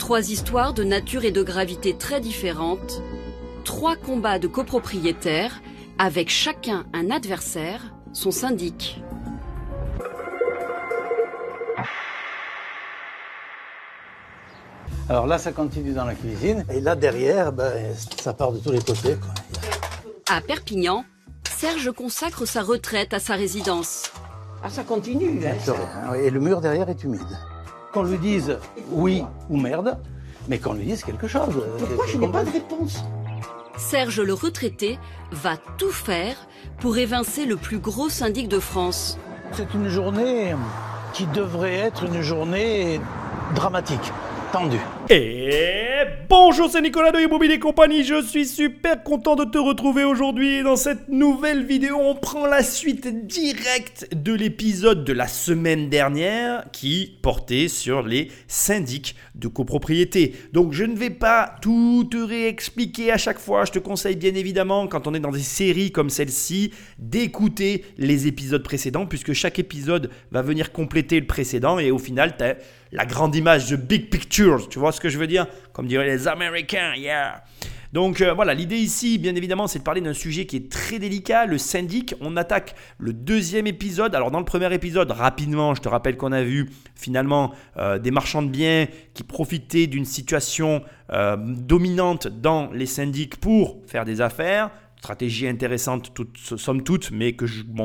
3 histoires de nature et de gravité très différentes, 3 combats de copropriétaires avec chacun un adversaire, son syndic. Alors là, ça continue dans la cuisine. Et là, derrière, ça part de tous les côtés, quoi. À Perpignan, Serge consacre sa retraite à sa résidence. Ah, ça continue, hein, ça. Et le mur derrière est humide. Qu'on lui dise oui ou merde, mais qu'on lui dise quelque chose. Pourquoi je n'ai pas de réponse? Serge le retraité va tout faire pour évincer le plus gros syndic de France. C'est une journée qui devrait être une journée dramatique, tendue. Et bonjour, c'est Nicolas de Immobilier Compagnie, je suis super content de te retrouver aujourd'hui. Dans cette nouvelle vidéo, on prend la suite directe de l'épisode de la semaine dernière qui portait sur les syndics de copropriété. Donc je ne vais pas tout te réexpliquer à chaque fois, je te conseille bien évidemment quand on est dans des séries comme celle-ci d'écouter les épisodes précédents puisque chaque épisode va venir compléter le précédent et au final tu as la grande image, the big picture, tu vois ce que je veux dire? Comme diraient les Américains, yeah. Donc voilà, l'idée ici, bien évidemment, c'est de parler d'un sujet qui est très délicat, le syndic. On attaque le 2e épisode. Alors dans le premier épisode, rapidement, je te rappelle qu'on a vu finalement des marchands de biens qui profitaient d'une situation dominante dans les syndics pour faire des affaires. Stratégie intéressante, somme toute, mais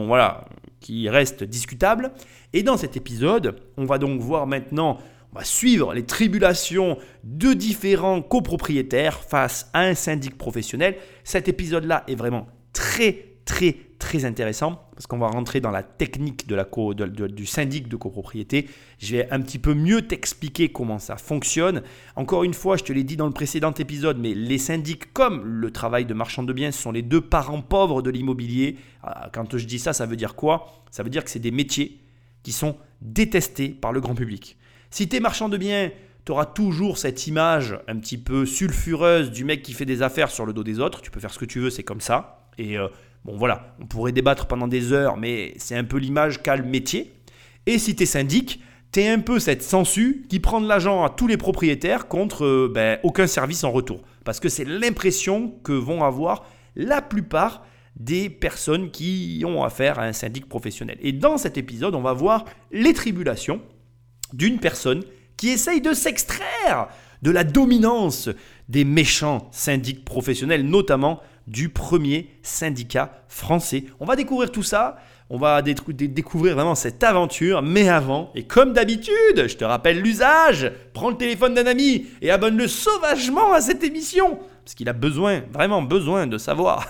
qui reste discutable. Et dans cet épisode, on va donc voir maintenant, on va suivre les tribulations de différents copropriétaires face à un syndic professionnel. Cet épisode-là est vraiment très intéressant parce qu'on va rentrer dans la technique du syndic de copropriété. Je vais un petit peu mieux t'expliquer comment ça fonctionne. Encore une fois, je te l'ai dit dans le précédent épisode, mais les syndics comme le travail de marchand de biens, ce sont les 2 parents pauvres de l'immobilier. Quand je dis ça, ça veut dire quoi? Ça veut dire que c'est des métiers qui sont détestés par le grand public. Si tu es marchand de biens, tu auras toujours cette image un petit peu sulfureuse du mec qui fait des affaires sur le dos des autres. Tu peux faire ce que tu veux, c'est comme ça. Et on pourrait débattre pendant des heures, mais c'est un peu l'image qu'a le métier. Et si tu es syndic, tu es un peu cette sangsue qui prend de l'argent à tous les propriétaires contre aucun service en retour. Parce que c'est l'impression que vont avoir la plupart des personnes qui ont affaire à un syndic professionnel. Et dans cet épisode, on va voir les tribulations d'une personne qui essaye de s'extraire de la dominance des méchants syndics professionnels, notamment du premier syndicat français. On va découvrir tout ça, on va découvrir vraiment cette aventure, mais avant, et comme d'habitude, je te rappelle l'usage, prends le téléphone d'un ami et abonne-le sauvagement à cette émission, parce qu'il a vraiment besoin de savoir.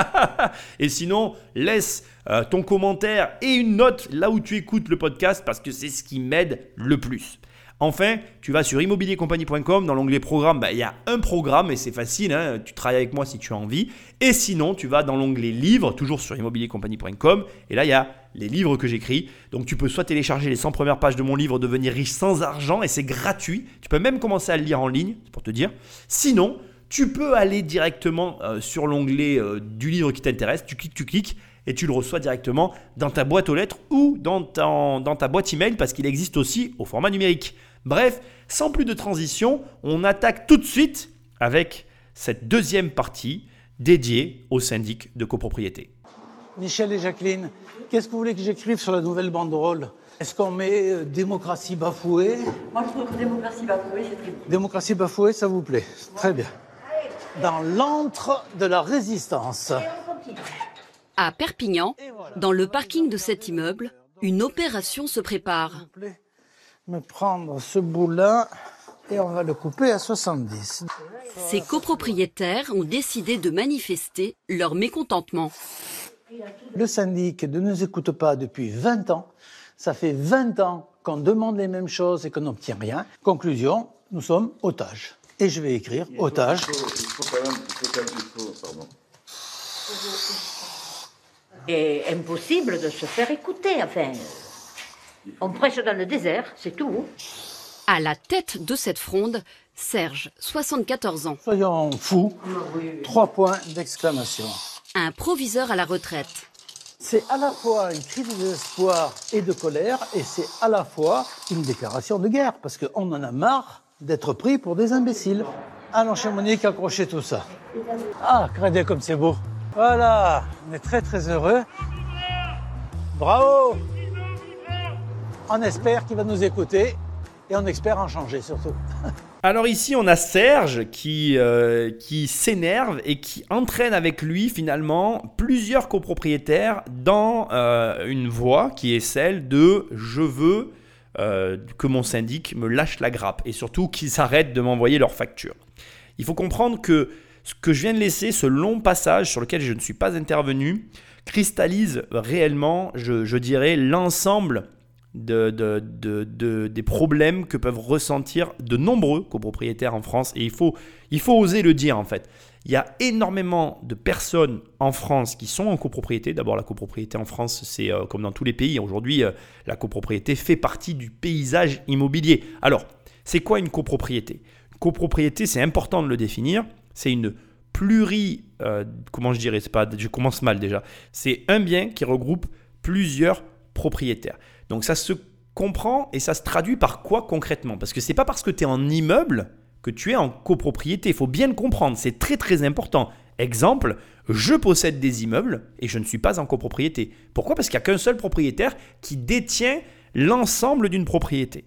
Et sinon, laisse ton commentaire et une note là où tu écoutes le podcast, parce que c'est ce qui m'aide le plus. Enfin, tu vas sur immobiliercompagnie.com, dans l'onglet programme, il y a un programme et c'est facile, hein, tu travailles avec moi si tu as envie. Et sinon, tu vas dans l'onglet livres, toujours sur immobiliercompagnie.com, et là, il y a les livres que j'écris. Donc, tu peux soit télécharger les 100 premières pages de mon livre « Devenir riche sans argent » et c'est gratuit. Tu peux même commencer à le lire en ligne, c'est pour te dire. Sinon, tu peux aller directement sur l'onglet du livre qui t'intéresse, tu cliques, et tu le reçois directement dans ta boîte aux lettres ou dans ta boîte email parce qu'il existe aussi au format numérique. Bref, sans plus de transition, on attaque tout de suite avec cette 2e partie dédiée au syndic de copropriété. Michel et Jacqueline, qu'est-ce que vous voulez que j'écrive sur la nouvelle banderole? Est-ce qu'on met démocratie bafouée? Moi, je trouve que démocratie bafouée, c'est très bien. Démocratie bafouée, ça vous plaît? Très bien. Dans l'antre de la résistance. À Perpignan, dans le parking de cet immeuble, une opération se prépare. Me prendre ce bout-là et on va le couper à 70. Ces copropriétaires ont décidé de manifester leur mécontentement. Le syndic ne nous écoute pas depuis 20 ans. Ça fait 20 ans qu'on demande les mêmes choses et qu'on n'obtient rien. Conclusion, nous sommes otages. Et je vais écrire otages. Et impossible de se faire écouter, enfin. On prêche dans le désert, c'est tout. À la tête de cette fronde, Serge, 74 ans. Soyons fous, 3 points d'exclamation. Un proviseur à la retraite. C'est à la fois une cri de désespoir et de colère, et c'est à la fois une déclaration de guerre, parce qu'on en a marre d'être pris pour des imbéciles. Allons chez Monique accrocher tout ça. Ah, regardez comme c'est beau. Voilà, on est très très heureux. Bravo! On espère qu'il va nous écouter et on espère en changer surtout. Alors ici, on a Serge qui s'énerve et qui entraîne avec lui finalement plusieurs copropriétaires dans une voie qui est celle de « je veux que mon syndic me lâche la grappe » et surtout qu'ils arrêtent de m'envoyer leurs factures. Il faut comprendre que ce que je viens de laisser, ce long passage sur lequel je ne suis pas intervenu, cristallise réellement, je dirais, l'ensemble des problèmes que peuvent ressentir de nombreux copropriétaires en France. Et il faut oser le dire en fait. Il y a énormément de personnes en France qui sont en copropriété. D'abord, la copropriété en France, c'est comme dans tous les pays. Aujourd'hui, la copropriété fait partie du paysage immobilier. Alors, c'est quoi une copropriété ? Une copropriété, c'est important de le définir. C'est une comment je dirais, je commence mal déjà. C'est un bien qui regroupe plusieurs propriétaires. Donc ça se comprend et ça se traduit par quoi concrètement ? Parce que ce n'est pas parce que tu es en immeuble que tu es en copropriété. Il faut bien le comprendre, c'est très très important. Exemple, je possède des immeubles et je ne suis pas en copropriété. Pourquoi ? Parce qu'il n'y a qu'un seul propriétaire qui détient l'ensemble d'une propriété.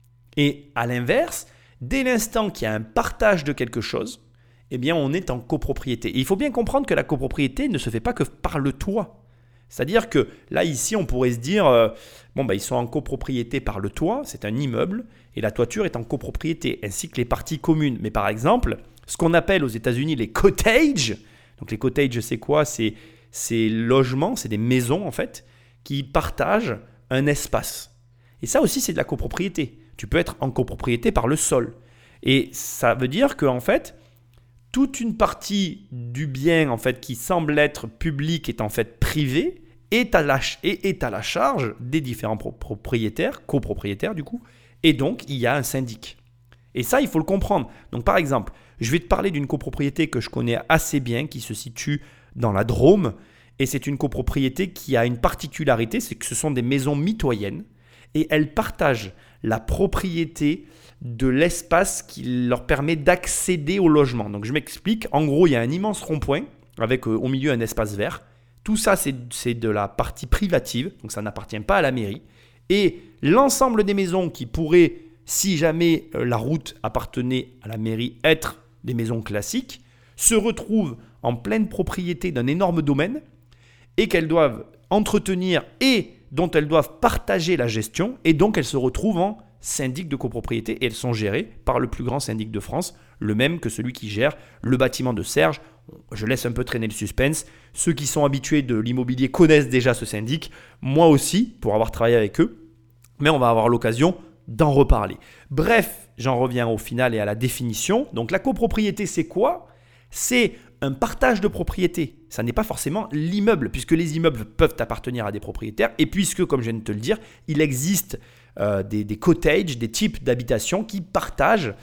Et à l'inverse, dès l'instant qu'il y a un partage de quelque chose, eh bien on est en copropriété. Et il faut bien comprendre que la copropriété ne se fait pas que par le toit. C'est-à-dire que là, ici, on pourrait se dire, ils sont en copropriété par le toit, c'est un immeuble, et la toiture est en copropriété, ainsi que les parties communes. Mais par exemple, ce qu'on appelle aux États-Unis les cottages, donc les cottages, c'est quoi ? C'est logements, c'est des maisons en fait, qui partagent un espace. Et ça aussi, c'est de la copropriété. Tu peux être en copropriété par le sol. Et ça veut dire qu'en fait, toute une partie du bien en fait, qui semble être public est en fait privé, est à la charge des différents propriétaires, copropriétaires du coup, et donc il y a un syndic. Et ça, il faut le comprendre. Donc par exemple, je vais te parler d'une copropriété que je connais assez bien, qui se situe dans la Drôme, et c'est une copropriété qui a une particularité, c'est que ce sont des maisons mitoyennes, et elles partagent la propriété de l'espace qui leur permet d'accéder au logement. Donc je m'explique, en gros il y a un immense rond-point avec au milieu un espace vert. Tout ça c'est de la partie privative, donc ça n'appartient pas à la mairie. Et l'ensemble des maisons qui pourraient, si jamais la route appartenait à la mairie, être des maisons classiques, se retrouvent en pleine propriété d'un énorme domaine et qu'elles doivent entretenir et dont elles doivent partager la gestion, et donc elles se retrouvent en syndic de copropriété et elles sont gérées par le plus grand syndic de France, le même que celui qui gère le bâtiment de Serge. Je laisse un peu traîner le suspense. Ceux qui sont habitués de l'immobilier connaissent déjà ce syndic, moi aussi, pour avoir travaillé avec eux, mais on va avoir l'occasion d'en reparler. Bref, j'en reviens au final et à la définition. Donc la copropriété, c'est quoi ? C'est un partage de propriété. Ça n'est pas forcément l'immeuble, puisque les immeubles peuvent appartenir à des propriétaires, et puisque, comme je viens de te le dire, il existe des cottages, des types d'habitations qui partagent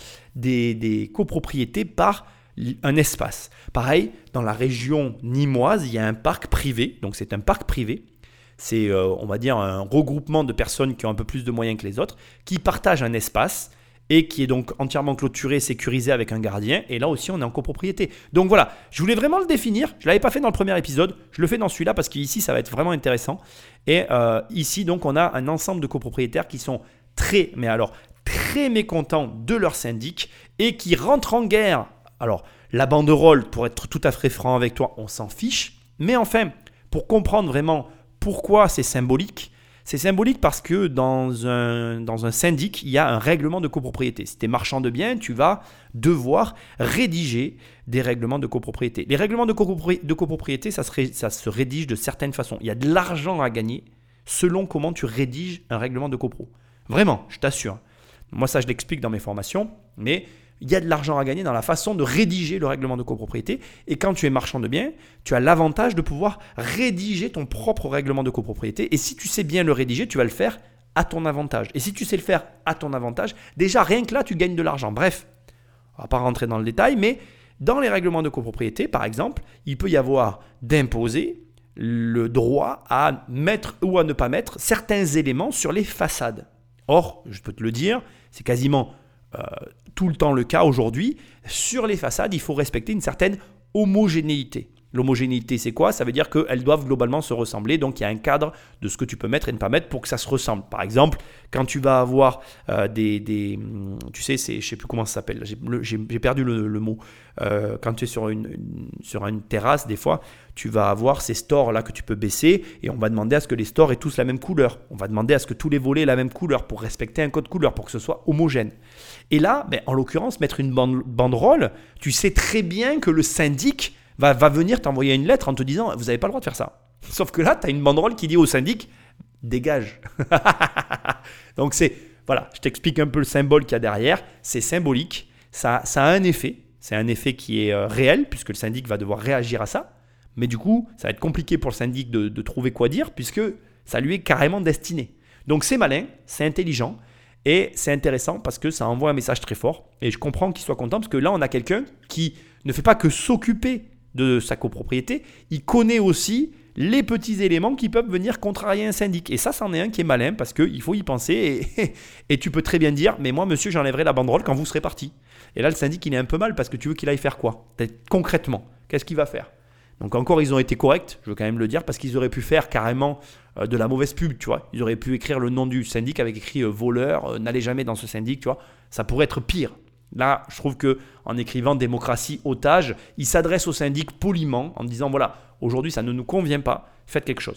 des copropriétés par un espace. Pareil, dans la région nîmoise, il y a un parc privé, donc c'est un parc privé. C'est, on va dire, un regroupement de personnes qui ont un peu plus de moyens que les autres, qui partagent un espace et qui est donc entièrement clôturé, sécurisé avec un gardien. Et là aussi, on est en copropriété. Donc voilà, je voulais vraiment le définir. Je ne l'avais pas fait dans le premier épisode. Je le fais dans celui-là parce qu'ici, ça va être vraiment intéressant. Et ici, donc, on a un ensemble de copropriétaires qui sont très mécontents de leur syndic et qui rentrent en guerre. Alors, la banderole, pour être tout à fait franc avec toi, on s'en fiche. Mais enfin, pour comprendre vraiment pourquoi c'est symbolique, c'est symbolique parce que dans un syndic, il y a un règlement de copropriété. Si tu es marchand de biens, tu vas devoir rédiger des règlements de copropriété. Les règlements de copropriété, ça se rédige de certaines façons. Il y a de l'argent à gagner selon comment tu rédiges un règlement de copro. Vraiment, je t'assure. Moi, ça, je l'explique dans mes formations, mais il y a de l'argent à gagner dans la façon de rédiger le règlement de copropriété. Et quand tu es marchand de biens, tu as l'avantage de pouvoir rédiger ton propre règlement de copropriété. Et si tu sais bien le rédiger, tu vas le faire à ton avantage. Et si tu sais le faire à ton avantage, déjà rien que là, tu gagnes de l'argent. Bref, on ne va pas rentrer dans le détail, mais dans les règlements de copropriété, par exemple, il peut y avoir d'imposer le droit à mettre ou à ne pas mettre certains éléments sur les façades. Or, je peux te le dire, c'est quasiment tout le temps le cas aujourd'hui. Sur les façades, il faut respecter une certaine homogénéité. L'homogénéité, c'est quoi? Ça veut dire qu'elles doivent globalement se ressembler. Donc, il y a un cadre de ce que tu peux mettre et ne pas mettre pour que ça se ressemble. Par exemple, quand tu vas avoir tu sais, je ne sais plus comment ça s'appelle. J'ai perdu le mot. Quand tu es sur une terrasse, des fois, tu vas avoir ces stores-là que tu peux baisser et on va demander à ce que les stores aient tous la même couleur. On va demander à ce que tous les volets aient la même couleur pour respecter un code couleur, pour que ce soit homogène. Et là, en l'occurrence, mettre une banderole, tu sais très bien que le syndic va venir t'envoyer une lettre en te disant « Vous n'avez pas le droit de faire ça ». Sauf que là, tu as une banderole qui dit au syndic « Dégage ». Donc voilà, je t'explique un peu le symbole qu'il y a derrière. C'est symbolique, ça a un effet. C'est un effet qui est réel puisque le syndic va devoir réagir à ça. Mais du coup, ça va être compliqué pour le syndic de trouver quoi dire puisque ça lui est carrément destiné. Donc c'est malin, c'est intelligent et c'est intéressant parce que ça envoie un message très fort. Et je comprends qu'il soit content parce que là, on a quelqu'un qui ne fait pas que s'occuper de sa copropriété, il connaît aussi les petits éléments qui peuvent venir contrarier un syndic. Et ça, c'en est un qui est malin parce qu'il faut y penser et tu peux très bien dire « Mais moi, monsieur, j'enlèverai la banderole quand vous serez parti. » Et là, le syndic, il est un peu mal parce que tu veux qu'il aille faire quoi? Concrètement, qu'est-ce qu'il va faire? Donc encore, ils ont été corrects, je veux quand même le dire, parce qu'ils auraient pu faire carrément de la mauvaise pub, tu vois. Ils auraient pu écrire le nom du syndic avec écrit « voleur », n'allez jamais dans ce syndic, tu vois. Ça pourrait être pire. Là, je trouve qu'en écrivant « démocratie otage », il s'adresse au syndic poliment en disant « Voilà, aujourd'hui, ça ne nous convient pas, faites quelque chose ».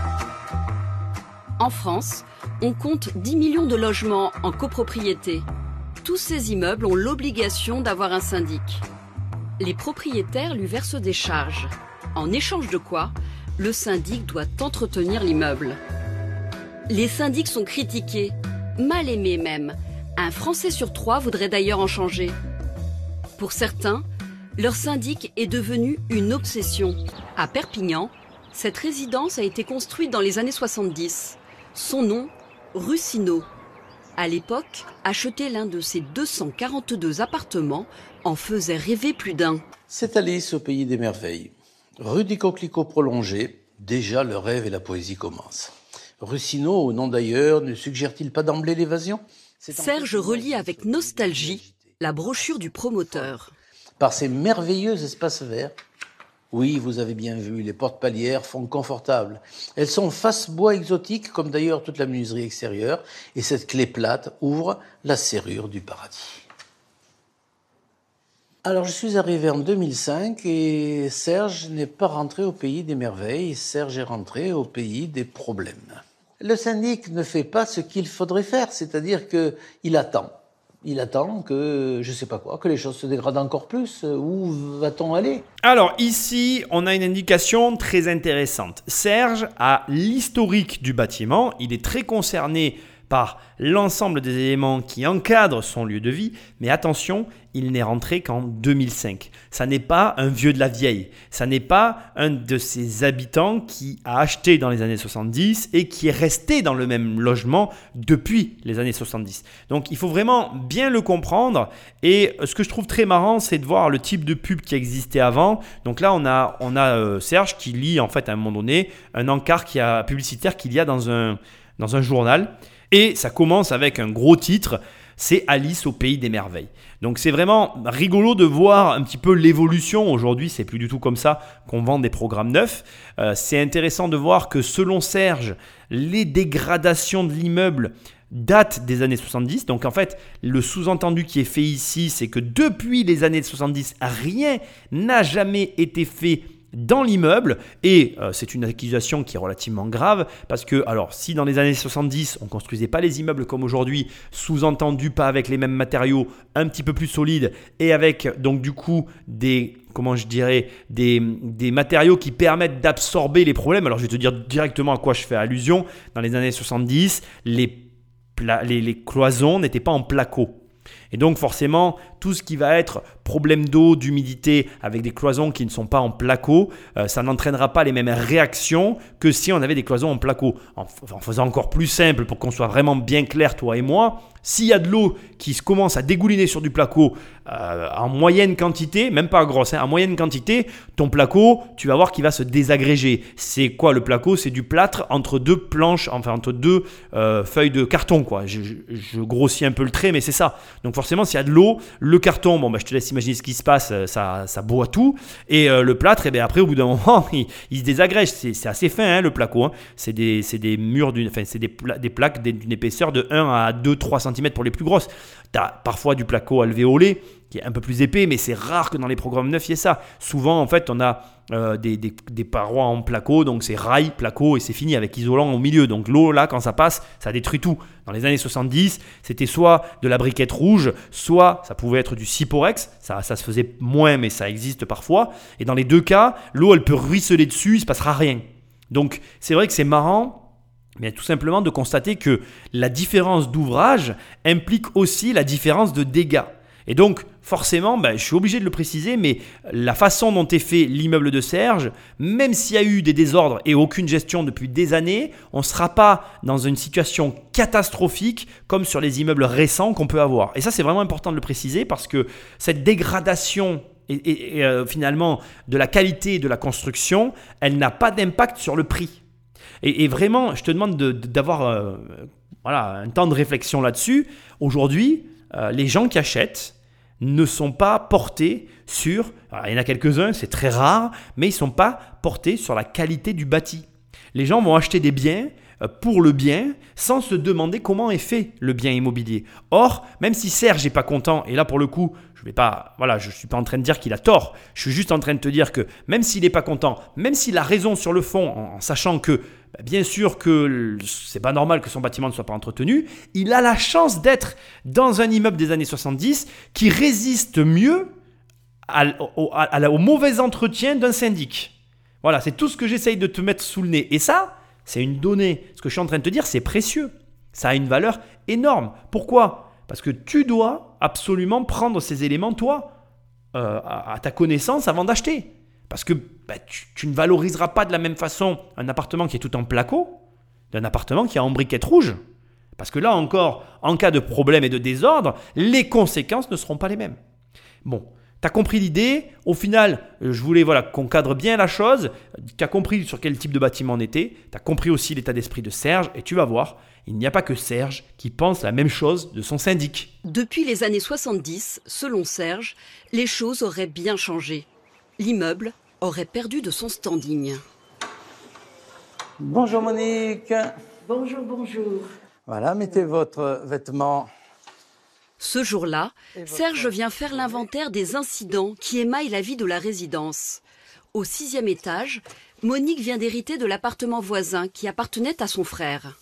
En France, on compte 10 millions de logements en copropriété. Tous ces immeubles ont l'obligation d'avoir un syndic. Les propriétaires lui versent des charges, en échange de quoi le syndic doit entretenir l'immeuble. Les syndics sont critiqués, mal aimés même. Un Français sur 3 voudrait d'ailleurs en changer. Pour certains, leur syndic est devenu une obsession. À Perpignan, cette résidence a été construite dans les années 70. Son nom, Russino. À l'époque, acheter l'un de ces 242 appartements en faisait rêver plus d'un. C'est Alice au pays des merveilles. Rue des Coquelicots prolongés, déjà le rêve et la poésie commencent. Russino, au nom d'ailleurs, ne suggère-t-il pas d'emblée l'évasion? Serge relit avec nostalgie la brochure du promoteur. Par ces merveilleux espaces verts, oui, vous avez bien vu, les portes palières font confortable. Elles sont face bois exotique, comme d'ailleurs toute la menuiserie extérieure, et cette clé plate ouvre la serrure du paradis. Alors, je suis arrivé en 2005 et Serge n'est pas rentré au pays des merveilles, Serge est rentré au pays des problèmes. Le syndic ne fait pas ce qu'il faudrait faire, c'est-à-dire qu'il attend. Il attend que, je sais pas quoi, que les choses se dégradent encore plus. Où va-t-on aller? Alors ici, on a une indication très intéressante. Serge a l'historique du bâtiment, il est très concerné par l'ensemble des éléments qui encadrent son lieu de vie, mais attention, il n'est rentré qu'en 2005. Ça n'est pas un vieux de la vieille, ça n'est pas un de ces habitants qui a acheté dans les années 70 et qui est resté dans le même logement depuis les années 70. Donc il faut vraiment bien le comprendre et ce que je trouve très marrant, c'est de voir le type de pub qui existait avant. Donc là, on a Serge qui lit en fait à un moment donné un encart publicitaire qu'il y a dans un journal. Et ça commence avec un gros titre, c'est Alice au pays des merveilles. Donc c'est vraiment rigolo de voir un petit peu l'évolution. Aujourd'hui, c'est plus du tout comme ça qu'on vend des programmes neufs. C'est intéressant de voir que selon Serge, les dégradations de l'immeuble datent des années 70. Donc en fait, le sous-entendu qui est fait ici, c'est que depuis les années 70, rien n'a jamais été fait dans l'immeuble et c'est une accusation qui est relativement grave parce que alors si dans les années 70 on construisait pas les immeubles comme aujourd'hui, sous-entendu pas avec les mêmes matériaux, un petit peu plus solides et avec donc du coup des matériaux qui permettent d'absorber les problèmes. Alors je vais te dire directement à quoi je fais allusion. Dans les années 70, les cloisons n'étaient pas en placo. Et donc forcément, tout ce qui va être problème d'eau, d'humidité avec des cloisons qui ne sont pas en placo, ça n'entraînera pas les mêmes réactions que si on avait des cloisons en placo. En faisant encore plus simple pour qu'on soit vraiment bien clair, toi et moi, s'il y a de l'eau qui se commence à dégouliner sur du placo en moyenne quantité, même pas grosse, en moyenne quantité, ton placo, tu vas voir qu'il va se désagréger. C'est quoi le placo? C'est du plâtre entre deux planches, enfin entre deux feuilles de carton, quoi. Je grossis un peu le trait, mais c'est ça. Donc forcément, s'il y a de l'eau, le carton, je te laisse imaginer ce qui se passe, ça boit tout. Et le plâtre, après, au bout d'un moment, il se désagrège. C'est assez fin, le placo. C'est des murs, c'est des plaques d'une épaisseur de 1 à 2-3 cm pour les plus grosses. Tu as parfois du placo alvéolé qui est un peu plus épais, mais c'est rare que dans les programmes neufs, il y ait ça. Souvent, en fait, on a des parois en placo, donc c'est rail, placo, et c'est fini avec isolant au milieu. Donc l'eau, là, quand ça passe, ça détruit tout. Dans les années 70, c'était soit de la briquette rouge, soit ça pouvait être du Ciporex. Ça se faisait moins, mais ça existe parfois. Et dans les deux cas, l'eau, elle peut ruisseler dessus, il ne se passera rien. Donc, c'est vrai que c'est marrant, mais tout simplement de constater que la différence d'ouvrage implique aussi la différence de dégâts. Et donc, forcément, je suis obligé de le préciser, mais la façon dont est fait l'immeuble de Serge, même s'il y a eu des désordres et aucune gestion depuis des années, on ne sera pas dans une situation catastrophique comme sur les immeubles récents qu'on peut avoir. Et ça, c'est vraiment important de le préciser parce que cette dégradation et finalement de la qualité de la construction, elle n'a pas d'impact sur le prix. Et vraiment, je te demande d'avoir un temps de réflexion là-dessus. Aujourd'hui, les gens qui achètent ne sont pas portés sur, alors il y en a quelques-uns, c'est très rare, mais ils ne sont pas portés sur la qualité du bâti. Les gens vont acheter des biens pour le bien sans se demander comment est fait le bien immobilier. Or, même si Serge n'est pas content, et là pour le coup, je ne suis pas en train de dire qu'il a tort, je suis juste en train de te dire que même s'il n'est pas content, même s'il a raison sur le fond, en sachant que bien sûr que c'est pas normal que son bâtiment ne soit pas entretenu, il a la chance d'être dans un immeuble des années 70 qui résiste mieux au mauvais entretien d'un syndic. Voilà, c'est tout ce que j'essaye de te mettre sous le nez. Et ça, c'est une donnée. Ce que je suis en train de te dire, c'est précieux. Ça a une valeur énorme. Pourquoi ? Parce que tu dois absolument prendre ces éléments, toi, à ta connaissance avant d'acheter. Parce que tu ne valoriseras pas de la même façon un appartement qui est tout en placo d'un appartement qui est en briquette rouge. Parce que là encore, en cas de problème et de désordre, les conséquences ne seront pas les mêmes. Bon, tu as compris l'idée. Au final, je voulais qu'on cadre bien la chose. Tu as compris sur quel type de bâtiment on était. Tu as compris aussi l'état d'esprit de Serge. Et tu vas voir, il n'y a pas que Serge qui pense la même chose de son syndic. Depuis les années 70, selon Serge, les choses auraient bien changé. L'immeuble aurait perdu de son standing. Bonjour Monique. Bonjour, bonjour. Voilà, mettez votre vêtement. Ce jour-là, Serge vient faire l'inventaire des incidents qui émaillent la vie de la résidence. Au 6e étage, Monique vient d'hériter de l'appartement voisin qui appartenait à son frère.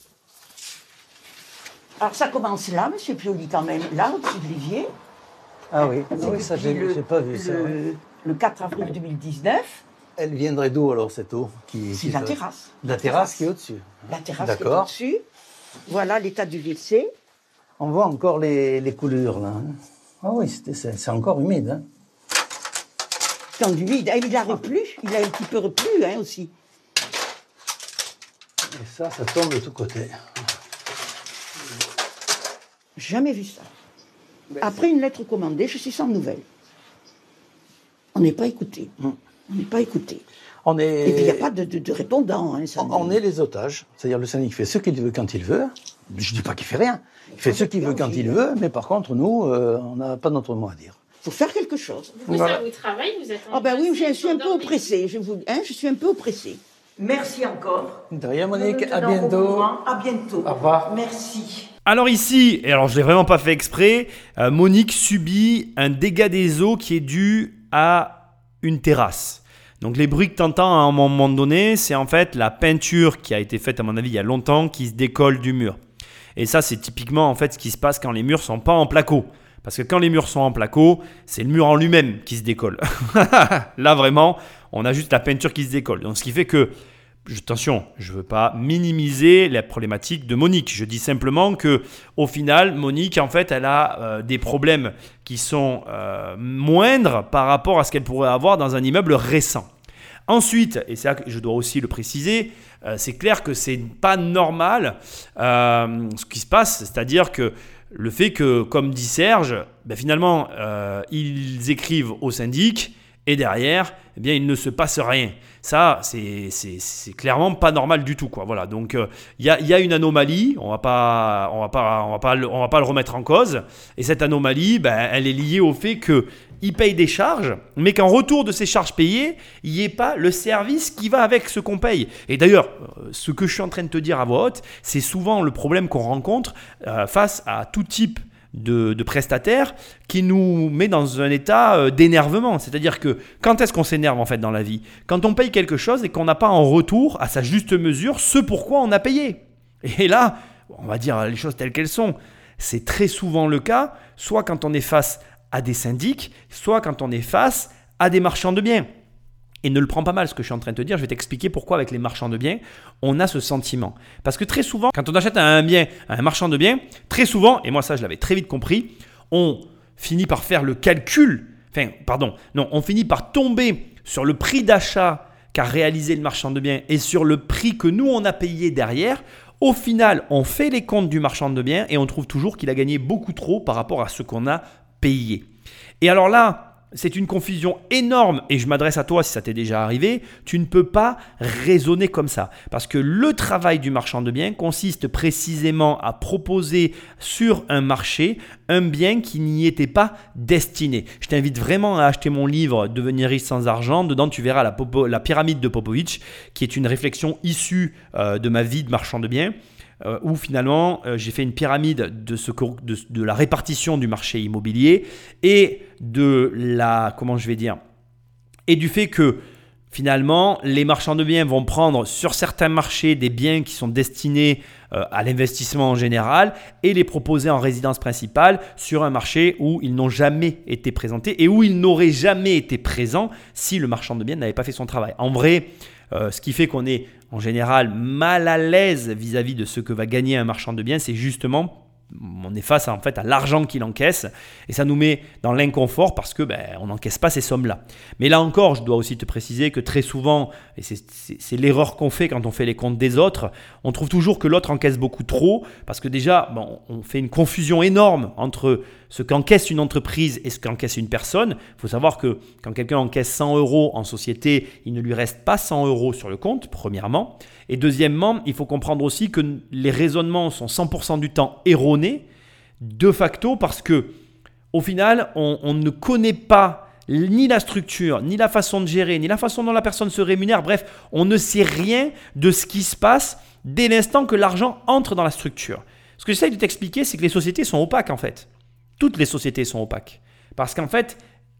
Alors ça commence là, mais c'est joli quand même. Là, au-dessus de l'évier. Ah oui, ça j'ai pas vu ça. Le 4 avril 2019. Elle viendrait d'où alors cette eau C'est la terrasse. La terrasse qui est au-dessus. La terrasse qui est au-dessus. Voilà l'état du WC. On voit encore les coulures là. Ah oui, c'est encore humide. Hein. Quand humide, il a replu. Il a un petit peu replu aussi. Et ça tombe de tous côtés. Jamais vu ça. Après une lettre commandée, je suis sans nouvelles. On n'est pas écouté. On n'est pas écouté. Et puis il n'y a pas de répondant. On est les otages. C'est-à-dire le syndic fait ce qu'il veut quand il veut. Je ne dis pas qu'il fait rien. Il fait ce qu'il veut quand il veut, mais par contre, nous, on n'a pas notre mot à dire. Il faut faire quelque chose. Vous travaillez, vous êtes en oui, je suis un peu oppressée. Je suis un peu oppressée. Merci encore. De rien, Monique. À bientôt. À bientôt. Au revoir. Merci. Alors ici, et alors je ne l'ai vraiment pas fait exprès, Monique subit un dégât des eaux qui est dû à une terrasse. Donc les bruits que tu entends à un moment donné, c'est en fait la peinture qui a été faite à mon avis il y a longtemps qui se décolle du mur. Et ça c'est typiquement en fait ce qui se passe quand les murs ne sont pas en placo. Parce que quand les murs sont en placo, c'est le mur en lui-même qui se décolle. Là vraiment, on a juste la peinture qui se décolle. Donc ce qui fait que Attention, je ne veux pas minimiser la problématique de Monique. Je dis simplement qu'au final, Monique, en fait, elle a des problèmes qui sont moindres par rapport à ce qu'elle pourrait avoir dans un immeuble récent. Ensuite, et c'est là que je dois aussi le préciser, c'est clair que ce n'est pas normal ce qui se passe, c'est-à-dire que le fait que, comme dit Serge, finalement, ils écrivent au syndic et derrière, il ne se passe rien. Ça, c'est clairement pas normal du tout, quoi. Voilà. Donc, il y a une anomalie. On va pas le remettre en cause. Et cette anomalie, elle est liée au fait qu'ils payent des charges, mais qu'en retour de ces charges payées, il n'y ait pas le service qui va avec ce qu'on paye. Et d'ailleurs, ce que je suis en train de te dire à voix haute, c'est souvent le problème qu'on rencontre face à tout type de prestataires qui nous met dans un état d'énervement. C'est-à-dire que quand est-ce qu'on s'énerve en fait dans la vie ? Quand on paye quelque chose et qu'on n'a pas en retour à sa juste mesure ce pourquoi on a payé. Et là, on va dire les choses telles qu'elles sont. C'est très souvent le cas, soit quand on est face à des syndics, soit quand on est face à des marchands de biens. Et ne le prends pas mal ce que je suis en train de te dire, je vais t'expliquer pourquoi avec les marchands de biens, on a ce sentiment. Parce que très souvent, quand on achète un bien à un marchand de biens, très souvent, et moi ça je l'avais très vite compris, on finit par faire le calcul, on finit par tomber sur le prix d'achat qu'a réalisé le marchand de biens et sur le prix que nous on a payé derrière. Au final, on fait les comptes du marchand de biens et on trouve toujours qu'il a gagné beaucoup trop par rapport à ce qu'on a payé. Et alors là, c'est une confusion énorme et je m'adresse à toi si ça t'est déjà arrivé, tu ne peux pas raisonner comme ça parce que le travail du marchand de biens consiste précisément à proposer sur un marché un bien qui n'y était pas destiné. Je t'invite vraiment à acheter mon livre « Devenir riche sans argent ». Dedans, tu verras la pyramide de Popovich qui est une réflexion issue de ma vie de marchand de biens. Où finalement j'ai fait une pyramide de la répartition du marché immobilier et et du fait que finalement les marchands de biens vont prendre sur certains marchés des biens qui sont destinés à l'investissement en général et les proposer en résidence principale sur un marché où ils n'ont jamais été présentés et où ils n'auraient jamais été présents si le marchand de biens n'avait pas fait son travail. En vrai, ce qui fait qu'on est en général mal à l'aise vis-à-vis de ce que va gagner un marchand de biens, c'est justement on est face à l'argent qu'il encaisse et ça nous met dans l'inconfort parce que on n'encaisse pas ces sommes-là. Mais là encore, je dois aussi te préciser que très souvent, et c'est l'erreur qu'on fait quand on fait les comptes des autres, on trouve toujours que l'autre encaisse beaucoup trop parce que déjà, on fait une confusion énorme entre ce qu'encaisse une entreprise et ce qu'encaisse une personne. Il faut savoir que quand quelqu'un encaisse 100 € en société, il ne lui reste pas 100 € sur le compte, premièrement. Et deuxièmement, il faut comprendre aussi que les raisonnements sont 100% du temps erronés, de facto, parce que au final, on ne connaît pas ni la structure, ni la façon de gérer, ni la façon dont la personne se rémunère. Bref, on ne sait rien de ce qui se passe dès l'instant que l'argent entre dans la structure. Ce que j'essaie de t'expliquer, c'est que les sociétés sont opaques en fait. Toutes les sociétés sont opaques. Parce qu'en fait,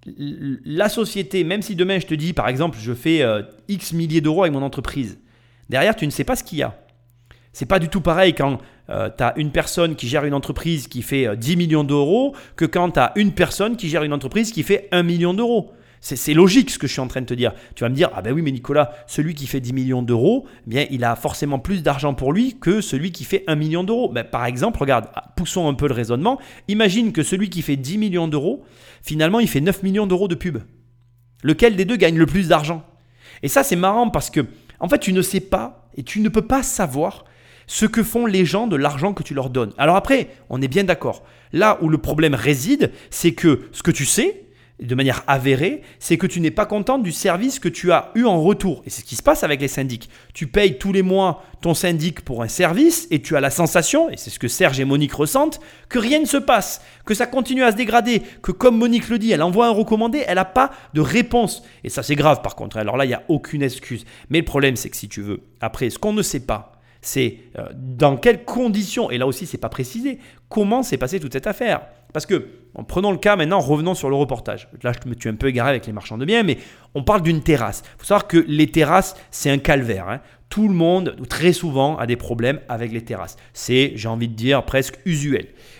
la société, même si demain je te dis, par exemple, je fais X milliers d'euros avec mon entreprise, derrière, tu ne sais pas ce qu'il y a. C'est pas du tout pareil quand tu as une personne qui gère une entreprise qui fait 10 millions d'euros que quand tu as une personne qui gère une entreprise qui fait 1 million d'euros. C'est logique ce que je suis en train de te dire. Tu vas me dire, ah ben oui, mais Nicolas, celui qui fait 10 millions d'euros, il a forcément plus d'argent pour lui que celui qui fait 1 million d'euros. Par exemple, regarde, poussons un peu le raisonnement. Imagine que celui qui fait 10 millions d'euros, finalement, il fait 9 millions d'euros de pub. Lequel des deux gagne le plus d'argent ? Et ça, c'est marrant parce que, en fait, tu ne sais pas et tu ne peux pas savoir ce que font les gens de l'argent que tu leur donnes. Alors après, on est bien d'accord. Là où le problème réside, c'est que ce que tu sais, de manière avérée, c'est que tu n'es pas content du service que tu as eu en retour. Et c'est ce qui se passe avec les syndics. Tu payes tous les mois ton syndic pour un service et tu as la sensation, et c'est ce que Serge et Monique ressentent, que rien ne se passe, que ça continue à se dégrader, que comme Monique le dit, elle envoie un recommandé, elle n'a pas de réponse. Et ça, c'est grave par contre. Alors là, il n'y a aucune excuse. Mais le problème, c'est que si tu veux, après, ce qu'on ne sait pas, c'est dans quelles conditions, et là aussi, ce n'est pas précisé, comment s'est passée toute cette affaire. Parce que, en prenant le cas maintenant, revenons sur le reportage. Là, je me suis un peu égaré avec les marchands de biens, mais on parle d'une terrasse. Il faut savoir que les terrasses, c'est un calvaire. Hein. Tout le monde, très souvent, a des problèmes avec les terrasses. C'est, j'ai envie de dire, presque usuel.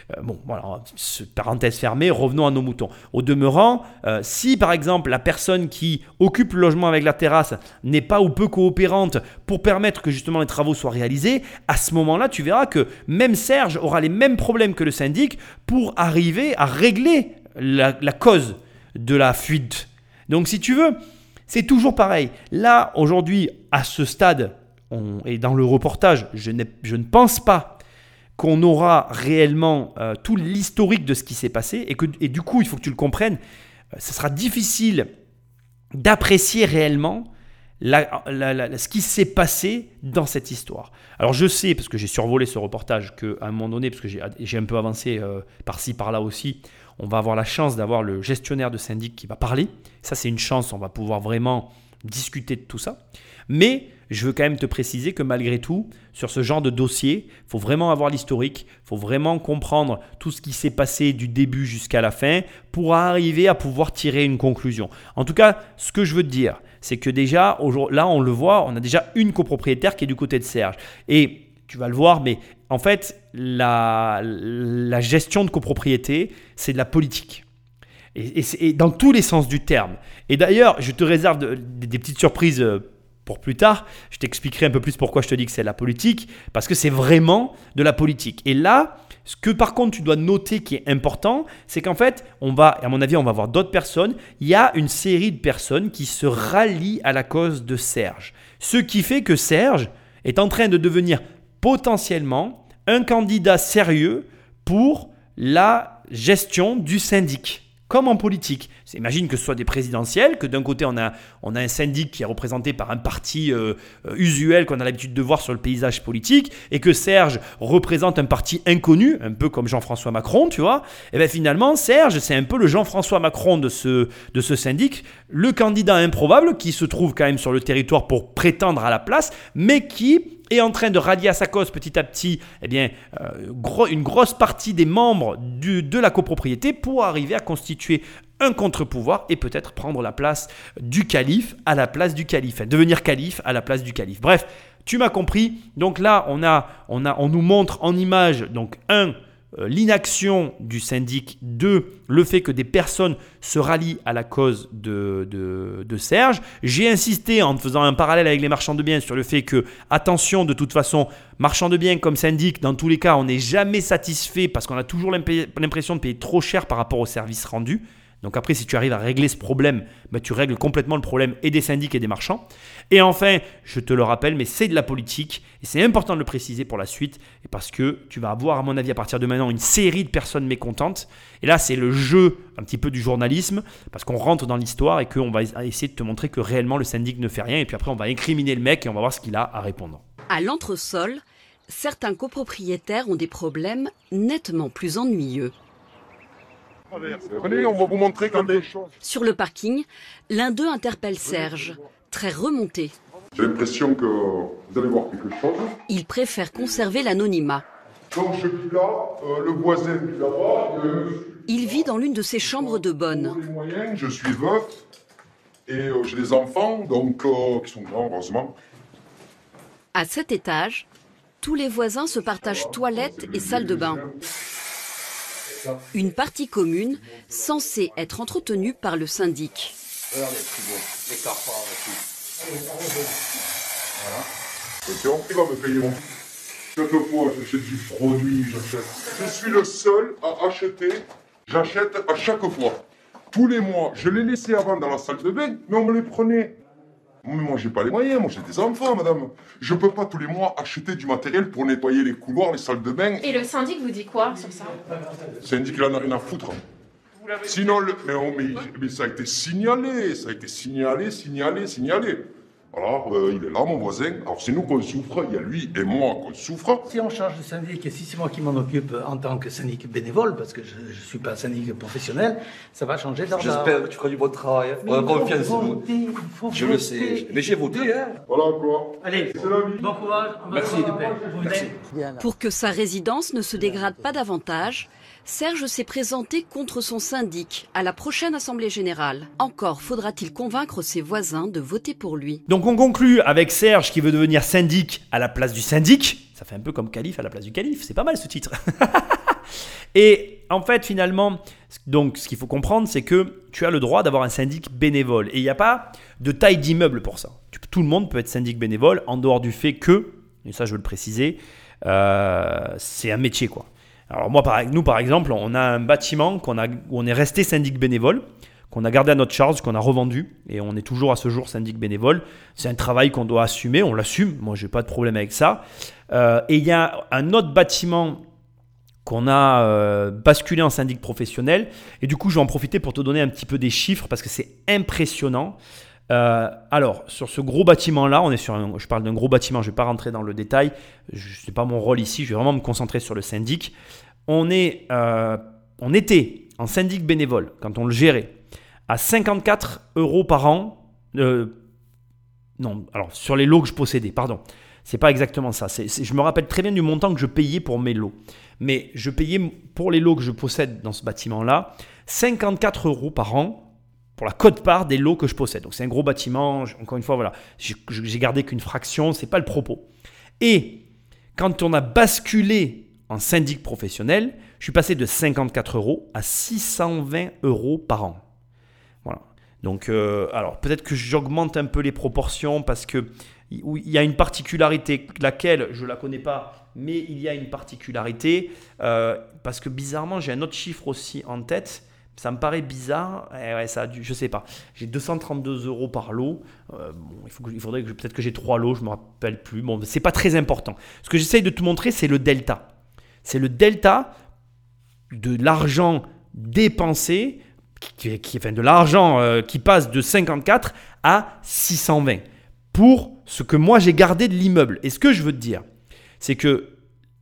Bon, voilà, parenthèse fermée, revenons à nos moutons. Au demeurant, si par exemple la personne qui occupe le logement avec la terrasse n'est pas ou peu coopérante pour permettre que justement les travaux soient réalisés, à ce moment-là, tu verras que même Serge aura les mêmes problèmes que le syndic pour arriver à régler la cause de la fuite. Donc si tu veux, c'est toujours pareil. Là, aujourd'hui, à ce stade, et dans le reportage, je ne pense pas qu'on aura réellement tout l'historique de ce qui s'est passé et du coup, il faut que tu le comprennes, ce sera difficile d'apprécier réellement ce qui s'est passé dans cette histoire. Alors je sais, parce que j'ai survolé ce reportage, qu'à un moment donné, parce que j'ai un peu avancé par-ci, par-là aussi, on va avoir la chance d'avoir le gestionnaire de syndic qui va parler. Ça, c'est une chance, on va pouvoir vraiment discuter de tout ça. Mais je veux quand même te préciser que malgré tout, sur ce genre de dossier, il faut vraiment avoir l'historique, il faut vraiment comprendre tout ce qui s'est passé du début jusqu'à la fin pour arriver à pouvoir tirer une conclusion. En tout cas, ce que je veux te dire, c'est que déjà, là on le voit, on a déjà une copropriétaire qui est du côté de Serge. Et tu vas le voir, mais en fait, la gestion de copropriété, c'est de la politique. Et dans tous les sens du terme. Et d'ailleurs, je te réserve des petites surprises pour plus tard. Je t'expliquerai un peu plus pourquoi je te dis que c'est de la politique, parce que c'est vraiment de la politique. Et là, ce que par contre tu dois noter qui est important, c'est qu'en fait, à mon avis, on va voir d'autres personnes. Il y a une série de personnes qui se rallient à la cause de Serge. Ce qui fait que Serge est en train de devenir potentiellement un candidat sérieux pour la gestion du syndic. Comme en politique. Imagine que ce soit des présidentielles, que d'un côté on a un syndic qui est représenté par un parti usuel qu'on a l'habitude de voir sur le paysage politique, et que Serge représente un parti inconnu, un peu comme Jean-François Macron, tu vois. Et bien finalement, Serge, c'est un peu le Jean-François Macron de ce syndic, le candidat improbable qui se trouve quand même sur le territoire pour prétendre à la place, mais qui est en train de rallier à sa cause petit à petit une grosse partie des membres de la copropriété pour arriver à constituer un contre-pouvoir et peut-être prendre la place du calife à la place du calife, devenir calife à la place du calife. Bref, tu m'as compris. Donc là, on nous montre en image, donc l'inaction du syndic, 2, le fait que des personnes se rallient à la cause de Serge. J'ai insisté en faisant un parallèle avec les marchands de biens sur le fait que, attention, de toute façon, marchands de biens comme syndic, dans tous les cas, on n'est jamais satisfait parce qu'on a toujours l'impression de payer trop cher par rapport au service rendu. Donc après, si tu arrives à régler ce problème, tu règles complètement le problème et des syndics et des marchands. Et enfin, je te le rappelle, mais c'est de la politique et c'est important de le préciser pour la suite, et parce que tu vas avoir, à mon avis, à partir de maintenant, une série de personnes mécontentes. Et là, c'est le jeu un petit peu du journalisme, parce qu'on rentre dans l'histoire et qu'on va essayer de te montrer que réellement le syndic ne fait rien. Et puis après, on va incriminer le mec et on va voir ce qu'il a à répondre. À l'entresol, certains copropriétaires ont des problèmes nettement plus ennuyeux. Venez, on va vous montrer quelque chose. Sur le parking, l'un d'eux interpelle Serge, très remonté. J'ai l'impression que vous allez voir quelque chose. Il préfère conserver l'anonymat. Donc je vis là, le voisin vit là-bas. Il vit dans l'une de ses chambres de bonne. Je suis veuf et j'ai des enfants, donc qui sont grands, heureusement. À cet étage, tous les voisins se partagent toilettes et salle de bain. Une partie commune censée être entretenue par le syndic. Regardez, les carpars Attention, il va me payer mon... Chaque fois, j'achète du produit, Je suis le seul à acheter. J'achète à chaque fois. Tous les mois, je les laissais avant dans la salle de bain, mais on me les prenait. Mais moi, j'ai pas les moyens, moi j'ai des enfants, madame. Je peux pas tous les mois acheter du matériel pour nettoyer les couloirs, les salles de bain. Et le syndic vous dit quoi sur ça? Le syndic, il en a rien à foutre. Sinon, mais ça a été signalé, Voilà, il est là, mon voisin. Alors, c'est nous qu'on souffre, il y a lui et moi qu'on souffre. Si on change de syndic et si c'est moi qui m'en occupe en tant que syndic bénévole, parce que je ne suis pas un syndic professionnel, ça va changer d'ordre. J'espère que tu feras du bon travail. On a confiance en nous. Je le sais. Mais j'ai voté, hein. Voilà, quoi. Allez, c'est la vie. Bon courage. Merci. Pour que sa résidence ne se dégrade pas davantage, Serge s'est présenté contre son syndic à la prochaine Assemblée Générale. Encore faudra-t-il convaincre ses voisins de voter pour lui. Donc on conclut avec Serge qui veut devenir syndic à la place du syndic. Ça fait un peu comme calife à la place du calife. C'est pas mal ce titre. Et en fait, finalement, donc, ce qu'il faut comprendre, c'est que tu as le droit d'avoir un syndic bénévole. Et il n'y a pas de taille d'immeuble pour ça. Tout le monde peut être syndic bénévole en dehors du fait que, et ça je veux le préciser, c'est un métier, quoi. Alors moi, nous par exemple, on a un bâtiment où on est resté syndic bénévole, qu'on a gardé à notre charge, qu'on a revendu, et on est toujours à ce jour syndic bénévole. C'est un travail qu'on doit assumer, on l'assume, moi je n'ai pas de problème avec ça. Et il y a un autre bâtiment qu'on a basculé en syndic professionnel, et du coup je vais en profiter pour te donner un petit peu des chiffres, parce que c'est impressionnant. Alors, sur ce gros bâtiment-là, je parle d'un gros bâtiment, je ne vais pas rentrer dans le détail, ce n'est pas mon rôle ici, je vais vraiment me concentrer sur le syndic. On était en syndic bénévole, quand on le gérait, à 54 € par an. Non, alors sur les lots que je possédais, pardon. C'est pas exactement ça. Je me rappelle très bien du montant que je payais pour mes lots. Mais je payais pour les lots que je possède dans ce bâtiment-là 54 € par an pour la quote-part des lots que je possède. Donc c'est un gros bâtiment. Encore une fois, voilà, j'ai gardé qu'une fraction. C'est pas le propos. Et quand on a basculé en syndic professionnel, je suis passé de 54 € à 620 € par an. Voilà. Donc, alors peut-être que j'augmente un peu les proportions parce que il y a une particularité, laquelle je ne la connais pas, mais il y a une particularité parce que bizarrement, j'ai un autre chiffre aussi en tête. Ça me paraît bizarre. Ouais, je ne sais pas. J'ai 232 € par lot. Il faudrait que peut-être que j'ai 3 lots, je ne me rappelle plus. Bon, ce n'est pas très important. Ce que j'essaye de te montrer, c'est le delta. C'est le delta de l'argent dépensé, de l'argent qui passe de 54 à 620 pour ce que moi j'ai gardé de l'immeuble. Et ce que je veux te dire, c'est que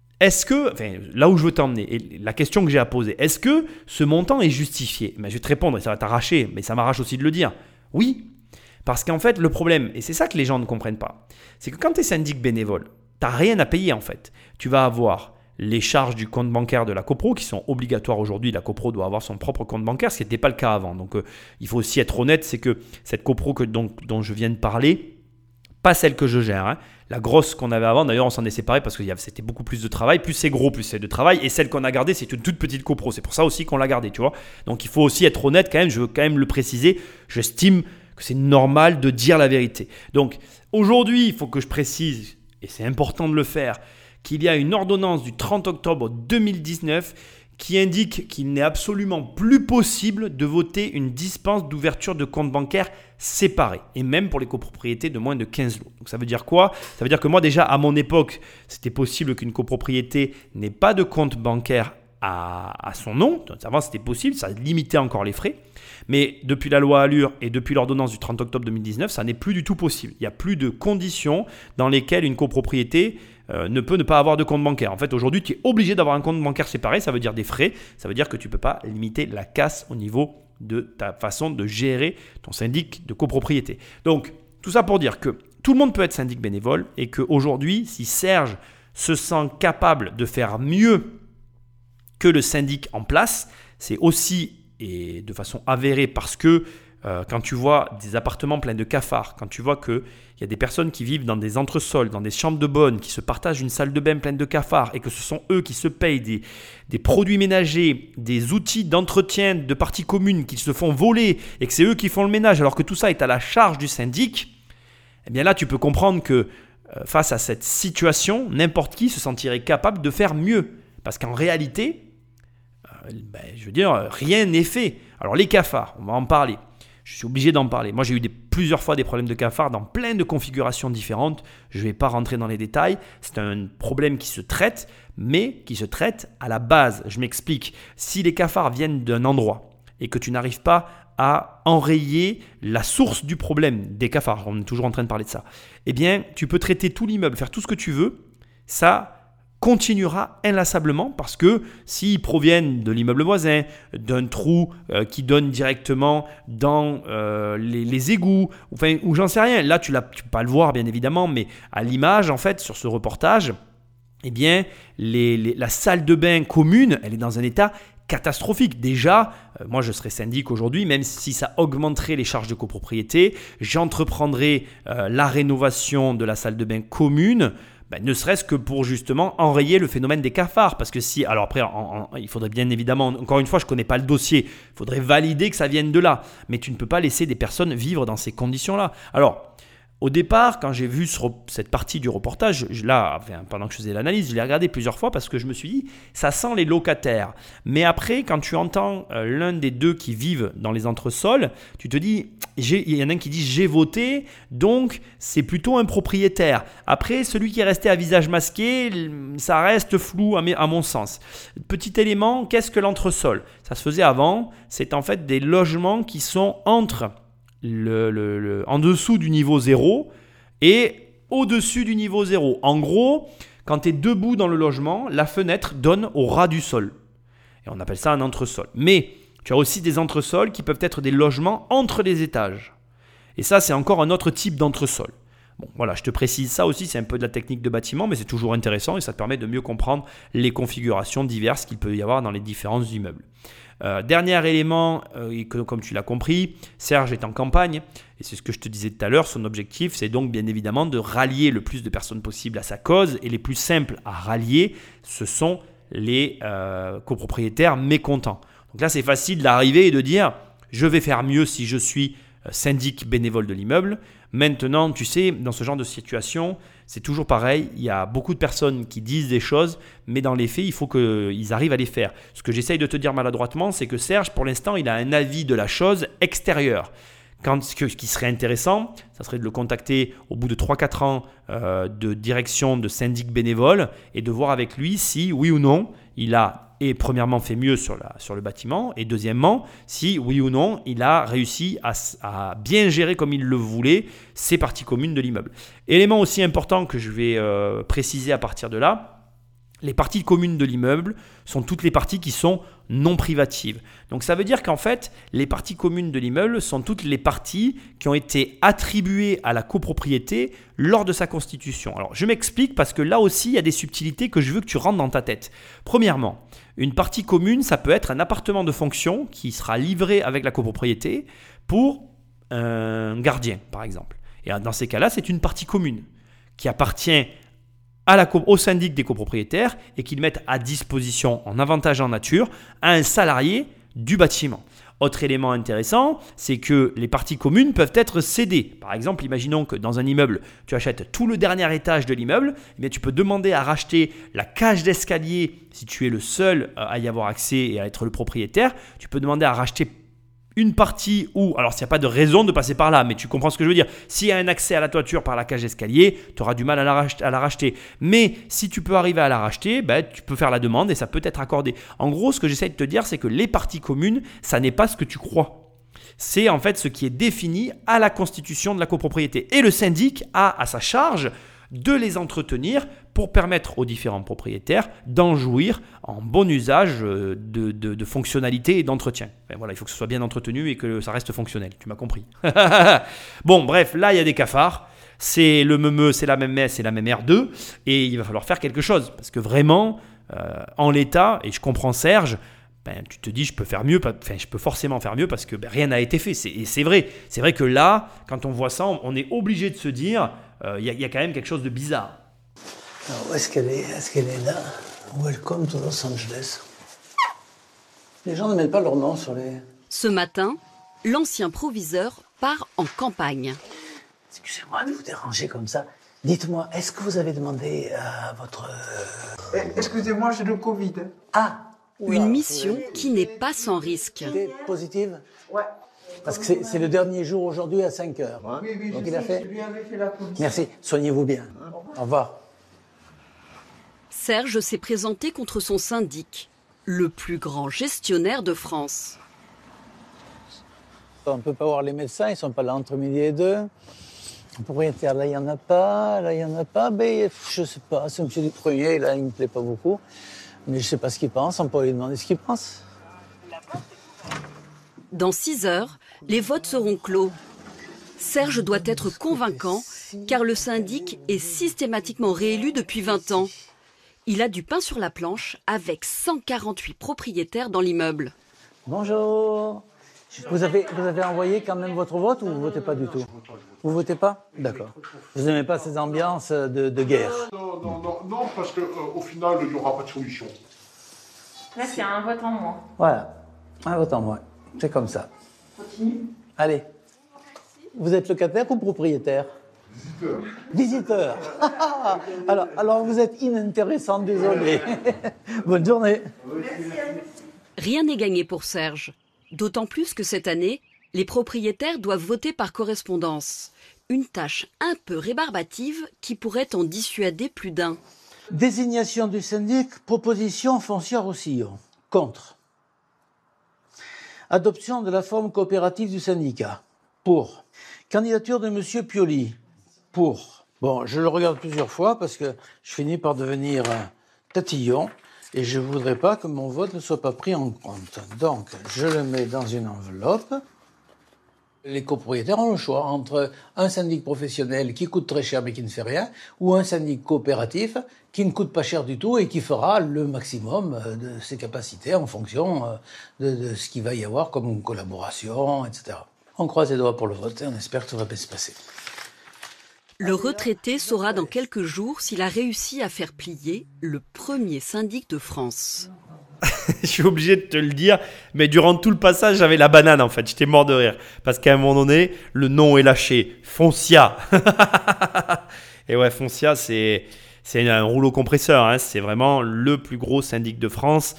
là où je veux t'emmener, et la question que j'ai à poser, est-ce que ce montant est justifié ? Je vais te répondre et ça va t'arracher, mais ça m'arrache aussi de le dire. Oui, parce qu'en fait le problème, et c'est ça que les gens ne comprennent pas, c'est que quand tu es syndic bénévole, tu n'as rien à payer en fait. Tu vas avoir les charges du compte bancaire de la copro qui sont obligatoires aujourd'hui. La copro doit avoir son propre compte bancaire, ce qui n'était pas le cas avant. Donc il faut aussi être honnête, c'est que cette copro dont je viens de parler, pas celle que je gère, hein. La grosse qu'on avait avant, d'ailleurs on s'en est séparé parce que c'était beaucoup plus de travail, plus c'est gros, plus c'est de travail, et celle qu'on a gardée c'est une toute petite copro, c'est pour ça aussi qu'on l'a gardée, tu vois. Donc il faut aussi être honnête quand même, je veux quand même le préciser, j'estime que c'est normal de dire la vérité. Donc aujourd'hui il faut que je précise, et c'est important de le faire, qu'il y a une ordonnance du 30 octobre 2019 qui indique qu'il n'est absolument plus possible de voter une dispense d'ouverture de compte bancaire séparé, et même pour les copropriétés de moins de 15 lots. Donc ça veut dire quoi ? Ça veut dire que moi déjà à mon époque, c'était possible qu'une copropriété n'ait pas de compte bancaire à son nom. Avant c'était possible, ça limitait encore les frais. Mais depuis la loi Allure et depuis l'ordonnance du 30 octobre 2019, ça n'est plus du tout possible. Il n'y a plus de conditions dans lesquelles une copropriété ne peut ne pas avoir de compte bancaire. En fait, aujourd'hui, tu es obligé d'avoir un compte bancaire séparé. Ça veut dire des frais. Ça veut dire que tu ne peux pas limiter la casse au niveau de ta façon de gérer ton syndic de copropriété. Donc, tout ça pour dire que tout le monde peut être syndic bénévole et qu'aujourd'hui, si Serge se sent capable de faire mieux que le syndic en place, c'est aussi et de façon avérée parce que quand tu vois des appartements pleins de cafards, quand tu vois qu'il y a des personnes qui vivent dans des entresols, dans des chambres de bonne, qui se partagent une salle de bain pleine de cafards et que ce sont eux qui se payent des produits ménagers, des outils d'entretien de parties communes qui se font voler et que c'est eux qui font le ménage alors que tout ça est à la charge du syndic, eh bien là tu peux comprendre que face à cette situation, n'importe qui se sentirait capable de faire mieux. Parce qu'en réalité, je veux dire, rien n'est fait. Alors les cafards, on va en parler. Je suis obligé d'en parler. Moi, j'ai eu plusieurs fois des problèmes de cafards dans plein de configurations différentes. Je ne vais pas rentrer dans les détails. C'est un problème qui se traite, mais qui se traite à la base. Je m'explique. Si les cafards viennent d'un endroit et que tu n'arrives pas à enrayer la source du problème des cafards, on est toujours en train de parler de ça, eh bien, tu peux traiter tout l'immeuble, faire tout ce que tu veux. Ça continuera inlassablement parce que s'ils proviennent de l'immeuble voisin, d'un trou qui donne directement dans les égouts, ou j'en sais rien, là tu peux pas le voir bien évidemment, mais à l'image en fait sur ce reportage, eh bien la salle de bain commune, elle est dans un état catastrophique. Déjà, moi je serais syndic aujourd'hui, même si ça augmenterait les charges de copropriété, j'entreprendrais la rénovation de la salle de bain commune ne serait-ce que pour justement enrayer le phénomène des cafards. Parce que si, alors après, il faudrait bien évidemment, encore une fois, je ne connais pas le dossier, il faudrait valider que ça vienne de là. Mais tu ne peux pas laisser des personnes vivre dans ces conditions-là. Alors, au départ, quand j'ai vu cette partie du reportage, pendant que je faisais l'analyse, je l'ai regardé plusieurs fois parce que je me suis dit, ça sent les locataires. Mais après, quand tu entends l'un des deux qui vivent dans les entresols, tu te dis, il y en a un qui dit j'ai voté, donc c'est plutôt un propriétaire. Après, celui qui est resté à visage masqué, ça reste flou à mon sens. Petit élément, qu'est-ce que l'entresol ? Ça se faisait avant, c'est en fait des logements qui sont entre en dessous du niveau 0 et au-dessus du niveau 0. En gros, quand tu es debout dans le logement, la fenêtre donne au ras du sol. Et on appelle ça un entresol. Mais tu as aussi des entresols qui peuvent être des logements entre les étages. Et ça, c'est encore un autre type d'entresol. Bon, voilà, je te précise ça aussi, c'est un peu de la technique de bâtiment, mais c'est toujours intéressant et ça te permet de mieux comprendre les configurations diverses qu'il peut y avoir dans les différents immeubles. Dernier élément, comme tu l'as compris, Serge est en campagne et c'est ce que je te disais tout à l'heure, son objectif c'est donc bien évidemment de rallier le plus de personnes possible à sa cause et les plus simples à rallier, ce sont les copropriétaires mécontents. Donc là c'est facile d'arriver et de dire je vais faire mieux si je suis syndic bénévole de l'immeuble. Maintenant, tu sais, dans ce genre de situation, c'est toujours pareil. Il y a beaucoup de personnes qui disent des choses, mais dans les faits, il faut qu'ils arrivent à les faire. Ce que j'essaye de te dire maladroitement, c'est que Serge, pour l'instant, il a un avis de la chose extérieure. Ce qui serait intéressant, ça serait de le contacter au bout de 3-4 ans de direction de syndic bénévole et de voir avec lui si, oui ou non, il a premièrement fait mieux sur le bâtiment et deuxièmement, si oui ou non, il a réussi à bien gérer comme il le voulait ses parties communes de l'immeuble. Élément aussi important que je vais préciser à partir de là, les parties communes de l'immeuble sont toutes les parties qui sont non privatives. Donc ça veut dire qu'en fait, les parties communes de l'immeuble sont toutes les parties qui ont été attribuées à la copropriété lors de sa constitution. Alors je m'explique parce que là aussi, il y a des subtilités que je veux que tu rentres dans ta tête. Premièrement, une partie commune, ça peut être un appartement de fonction qui sera livré avec la copropriété pour un gardien, par exemple. Et dans ces cas-là, c'est une partie commune qui appartient au syndic des copropriétaires et qu'ils mettent à disposition en avantage en nature à un salarié du bâtiment. Autre élément intéressant, c'est que les parties communes peuvent être cédées. Par exemple, imaginons que dans un immeuble, tu achètes tout le dernier étage de l'immeuble, eh bien, tu peux demander à racheter la cage d'escalier si tu es le seul à y avoir accès et à être le propriétaire. Tu peux demander à racheter une partie où, alors s'il n'y a pas de raison de passer par là, mais tu comprends ce que je veux dire. S'il y a un accès à la toiture par la cage d'escalier, tu auras du mal à la racheter. Mais si tu peux arriver à la racheter, tu peux faire la demande et ça peut être accordé. En gros, ce que j'essaie de te dire, c'est que les parties communes, ça n'est pas ce que tu crois. C'est en fait ce qui est défini à la constitution de la copropriété. Et le syndic a à sa charge de les entretenir pour permettre aux différents propriétaires d'en jouir en bon usage de fonctionnalité et d'entretien. Voilà, il faut que ce soit bien entretenu et que ça reste fonctionnel. Tu m'as compris. Bon, bref, là, il y a des cafards. C'est le meumeux, c'est la même messe, c'est la même R2. Et il va falloir faire quelque chose. Parce que vraiment, en l'état, et je comprends Serge, tu te dis, je peux faire mieux. Je peux forcément faire mieux parce que rien n'a été fait. Et c'est vrai. C'est vrai que là, quand on voit ça, on est obligé de se dire, il y a quand même quelque chose de bizarre. Alors, où est-ce qu'elle est ? Est-ce qu'elle est là ? Welcome to Los Angeles. Les gens ne mettent pas leur nom sur les... Ce matin, l'ancien proviseur part en campagne. Excusez-moi de vous déranger comme ça. Dites-moi, est-ce que vous avez demandé à votre... Excusez-moi, j'ai le Covid. Ah, une mission qui n'est pas sans risque. Positive ? Ouais. Parce que c'est le dernier jour aujourd'hui à 5 heures. Oui, donc je il a fait. Je lui avais fait la commission. Merci, soignez-vous bien. Au revoir. Serge s'est présenté contre son syndic, le plus grand gestionnaire de France. On ne peut pas voir les médecins, ils ne sont pas là entre midi et 2. Le propriétaire, là, il n'y en a pas, mais je ne sais pas, c'est M. Duprenier, là, il ne me plaît pas beaucoup. Mais je ne sais pas ce qu'il pense, on peut lui demander ce qu'il pense. Dans 6 heures, les votes seront clos. Serge doit être convaincant, car le syndic est systématiquement réélu depuis 20 ans. Il a du pain sur la planche avec 148 propriétaires dans l'immeuble. Bonjour. Vous avez envoyé quand même votre vote ou vous votez pas du tout? Vous votez pas? D'accord. Vous n'aimez pas ces ambiances de guerre? Non, parce qu'au final, il n'y aura pas de solution. Là, c'est un vote en moins. Voilà, un vote en moins. C'est comme ça. Continue. Allez. Vous êtes locataire ou propriétaire? Visiteur. Alors vous êtes inintéressant, désolé. Bonne journée. Rien n'est gagné pour Serge. D'autant plus que cette année, les propriétaires doivent voter par correspondance. Une tâche un peu rébarbative qui pourrait en dissuader plus d'un. Désignation du syndic, proposition foncière au sillon. Contre. Adoption de la forme coopérative du syndicat. Pour. Candidature de M. Pioli. Pour. Bon, je le regarde plusieurs fois parce que je finis par devenir tatillon et je voudrais pas que mon vote ne soit pas pris en compte. Donc, je le mets dans une enveloppe. Les copropriétaires ont le choix entre un syndic professionnel qui coûte très cher mais qui ne fait rien ou un syndic coopératif qui ne coûte pas cher du tout et qui fera le maximum de ses capacités en fonction de ce qu'il va y avoir comme collaboration, etc. On croise les doigts pour le vote et on espère que ça va bien se passer. Le retraité saura dans quelques jours s'il a réussi à faire plier le premier syndic de France. Je suis obligé de te le dire, mais durant tout le passage, j'avais la banane en fait. J'étais mort de rire. Parce qu'à un moment donné, le nom est lâché. Foncia. Et ouais, Foncia, c'est un rouleau compresseur. Hein. C'est vraiment le plus gros syndic de France.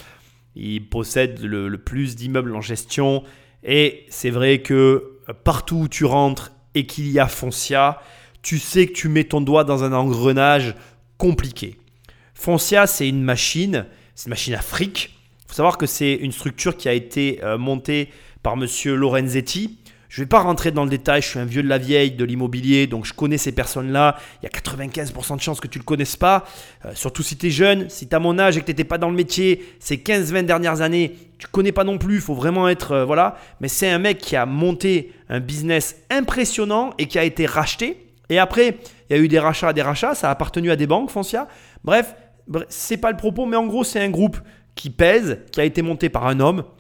Il possède le plus d'immeubles en gestion. Et c'est vrai que partout où tu rentres et qu'il y a Foncia, tu sais que tu mets ton doigt dans un engrenage compliqué. Foncia, c'est une machine à fric. Il faut savoir que c'est une structure qui a été montée par M. Lorenzetti. Je ne vais pas rentrer dans le détail, je suis un vieux de la vieille de l'immobilier, donc je connais ces personnes-là. Il y a 95% de chances que tu ne le connaisses pas, surtout si tu es jeune. Si tu as mon âge et que tu n'étais pas dans le métier, ces 15-20 dernières années, tu ne connais pas non plus, il faut vraiment être… voilà. Mais c'est un mec qui a monté un business impressionnant et qui a été racheté. Et après, il y a eu des rachats, ça a appartenu à des banques, Foncia. Bref, ce n'est pas le propos, mais en gros, c'est un groupe qui pèse, qui a été monté par un homme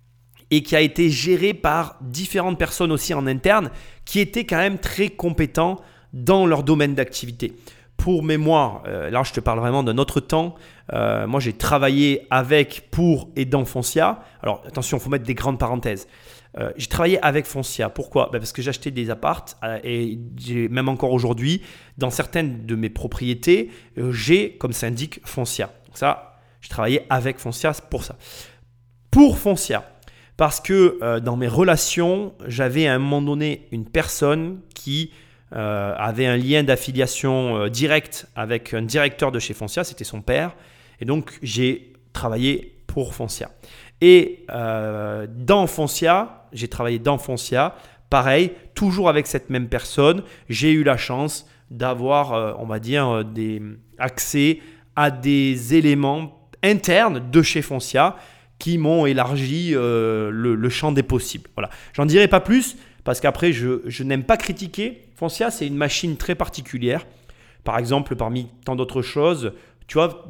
et qui a été géré par différentes personnes aussi en interne qui étaient quand même très compétents dans leur domaine d'activité. Pour mémoire, là je te parle vraiment d'un autre temps, moi j'ai travaillé avec, pour et dans Foncia. Alors attention, il faut mettre des grandes parenthèses. J'ai travaillé avec Foncia. Pourquoi ? Parce que j'achetais des apparts et même encore aujourd'hui, dans certaines de mes propriétés, j'ai comme syndic Foncia. Donc ça, je travaillais avec Foncia pour ça. Pour Foncia, parce que dans mes relations, j'avais à un moment donné une personne qui avait un lien d'affiliation direct avec un directeur de chez Foncia, c'était son père. Et donc, j'ai travaillé pour Foncia. Et dans Foncia, j'ai travaillé dans Foncia, pareil, toujours avec cette même personne. J'ai eu la chance d'avoir, on va dire, accès à des éléments internes de chez Foncia qui m'ont élargi le champ des possibles. Voilà. J'en dirai pas plus parce qu'après, je n'aime pas critiquer. Foncia, c'est une machine très particulière. Par exemple, parmi tant d'autres choses, tu vois,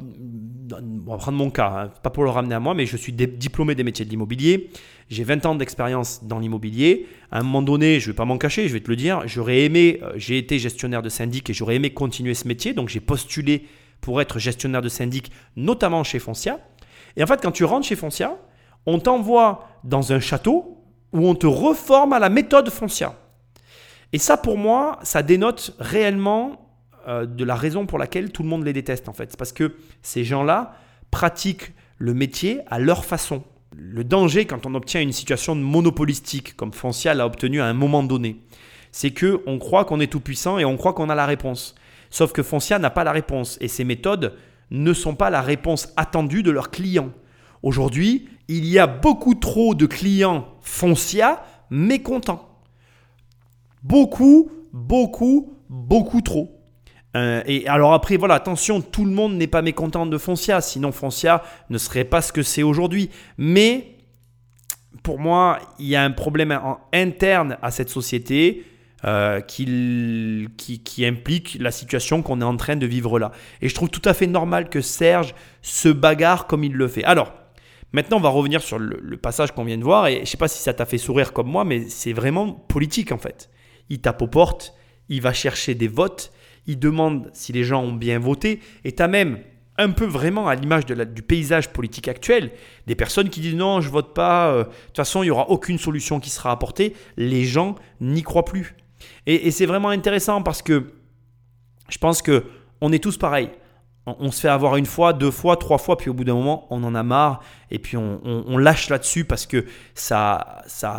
on va prendre mon cas, hein, pas pour le ramener à moi, mais je suis diplômé des métiers de l'immobilier. J'ai 20 ans d'expérience dans l'immobilier. À un moment donné, je ne vais pas m'en cacher, je vais te le dire, j'ai été gestionnaire de syndic et j'aurais aimé continuer ce métier. Donc, j'ai postulé pour être gestionnaire de syndic, notamment chez Foncia. Et en fait, quand tu rentres chez Foncia, on t'envoie dans un château où on te reforme à la méthode Foncia. Et ça, pour moi, ça dénote réellement de la raison pour laquelle tout le monde les déteste en fait. C'est parce que ces gens-là pratiquent le métier à leur façon. Le danger quand on obtient une situation monopolistique comme Foncia l'a obtenu à un moment donné, c'est qu'on croit qu'on est tout puissant et on croit qu'on a la réponse. Sauf que Foncia n'a pas la réponse et ces méthodes ne sont pas la réponse attendue de leurs clients. Aujourd'hui, il y a beaucoup trop de clients Foncia mécontents. Beaucoup trop. Et alors après, voilà, attention, tout le monde n'est pas mécontent de Foncia, sinon Foncia ne serait pas ce que c'est aujourd'hui. Mais pour moi, il y a un problème interne à cette société qui implique la situation qu'on est en train de vivre là. Et je trouve tout à fait normal que Serge se bagarre comme il le fait. Alors, Maintenant, on va revenir sur le passage qu'on vient de voir et je ne sais pas si ça t'a fait sourire comme moi, mais c'est vraiment politique en fait. Il tape aux portes, il va chercher des votes, il demande si les gens ont bien voté et tu as même un peu vraiment à l'image du paysage politique actuel, des personnes qui disent non, je ne vote pas, de toute façon, il n'y aura aucune solution qui sera apportée. Les gens n'y croient plus. Et c'est vraiment intéressant parce que je pense qu'on est tous pareils. On se fait avoir 1 fois, 2 fois, 3 fois, puis au bout d'un moment, on en a marre et puis on lâche là-dessus parce que ça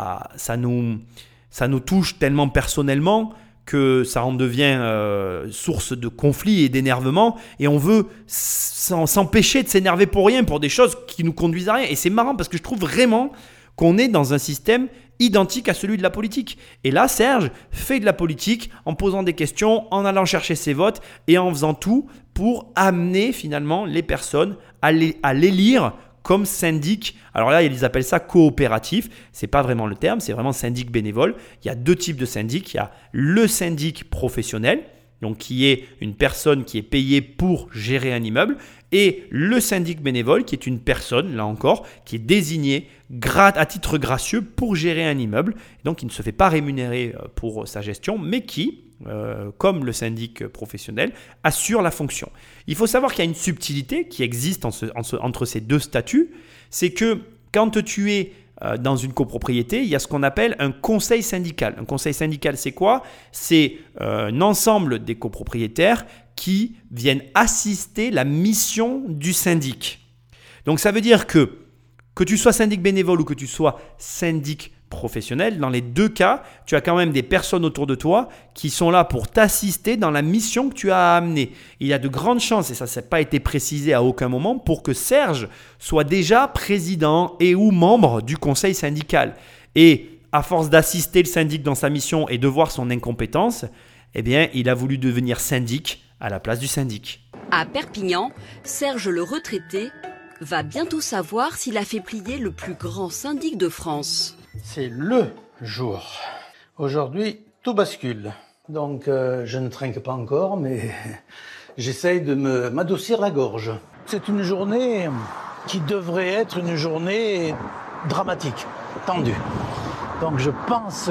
nous touche tellement personnellement que ça en devient source de conflit et d'énervement et on veut s'empêcher de s'énerver pour rien, pour des choses qui nous conduisent à rien. Et c'est marrant parce que je trouve vraiment qu'on est dans un système identique à celui de la politique. Et là, Serge fait de la politique en posant des questions, en allant chercher ses votes et en faisant tout pour amener finalement les personnes à l'élire comme syndic. Alors là, ils appellent ça coopératif. Ce n'est pas vraiment le terme, c'est vraiment syndic bénévole. Il y a 2 types de syndic. Il y a le syndic professionnel, donc qui est une personne qui est payée pour gérer un immeuble, et le syndic bénévole qui est une personne, là encore, qui est désignée à titre gracieux pour gérer un immeuble. Donc, il ne se fait pas rémunérer pour sa gestion, mais qui, comme le syndic professionnel, assure la fonction. Il faut savoir qu'il y a une subtilité qui existe entre ces 2 statuts. C'est que quand tu es dans une copropriété, il y a ce qu'on appelle un conseil syndical. Un conseil syndical, c'est quoi ? C'est un ensemble des copropriétaires qui viennent assister la mission du syndic. Donc, ça veut dire que tu sois syndic bénévole ou que tu sois syndic professionnel, dans les 2 cas, tu as quand même des personnes autour de toi qui sont là pour t'assister dans la mission que tu as à amener. Il y a de grandes chances, et ça n'a pas été précisé à aucun moment, pour que Serge soit déjà président et ou membre du conseil syndical. Et à force d'assister le syndic dans sa mission et de voir son incompétence, eh bien, il a voulu devenir syndic à la place du syndic. À Perpignan, Serge le retraité va bientôt savoir s'il a fait plier le plus grand syndic de France. C'est le jour. Aujourd'hui, tout bascule. Donc, je ne trinque pas encore, mais j'essaye de m'adoucir la gorge. C'est une journée qui devrait être une journée dramatique, tendue. Donc, je pense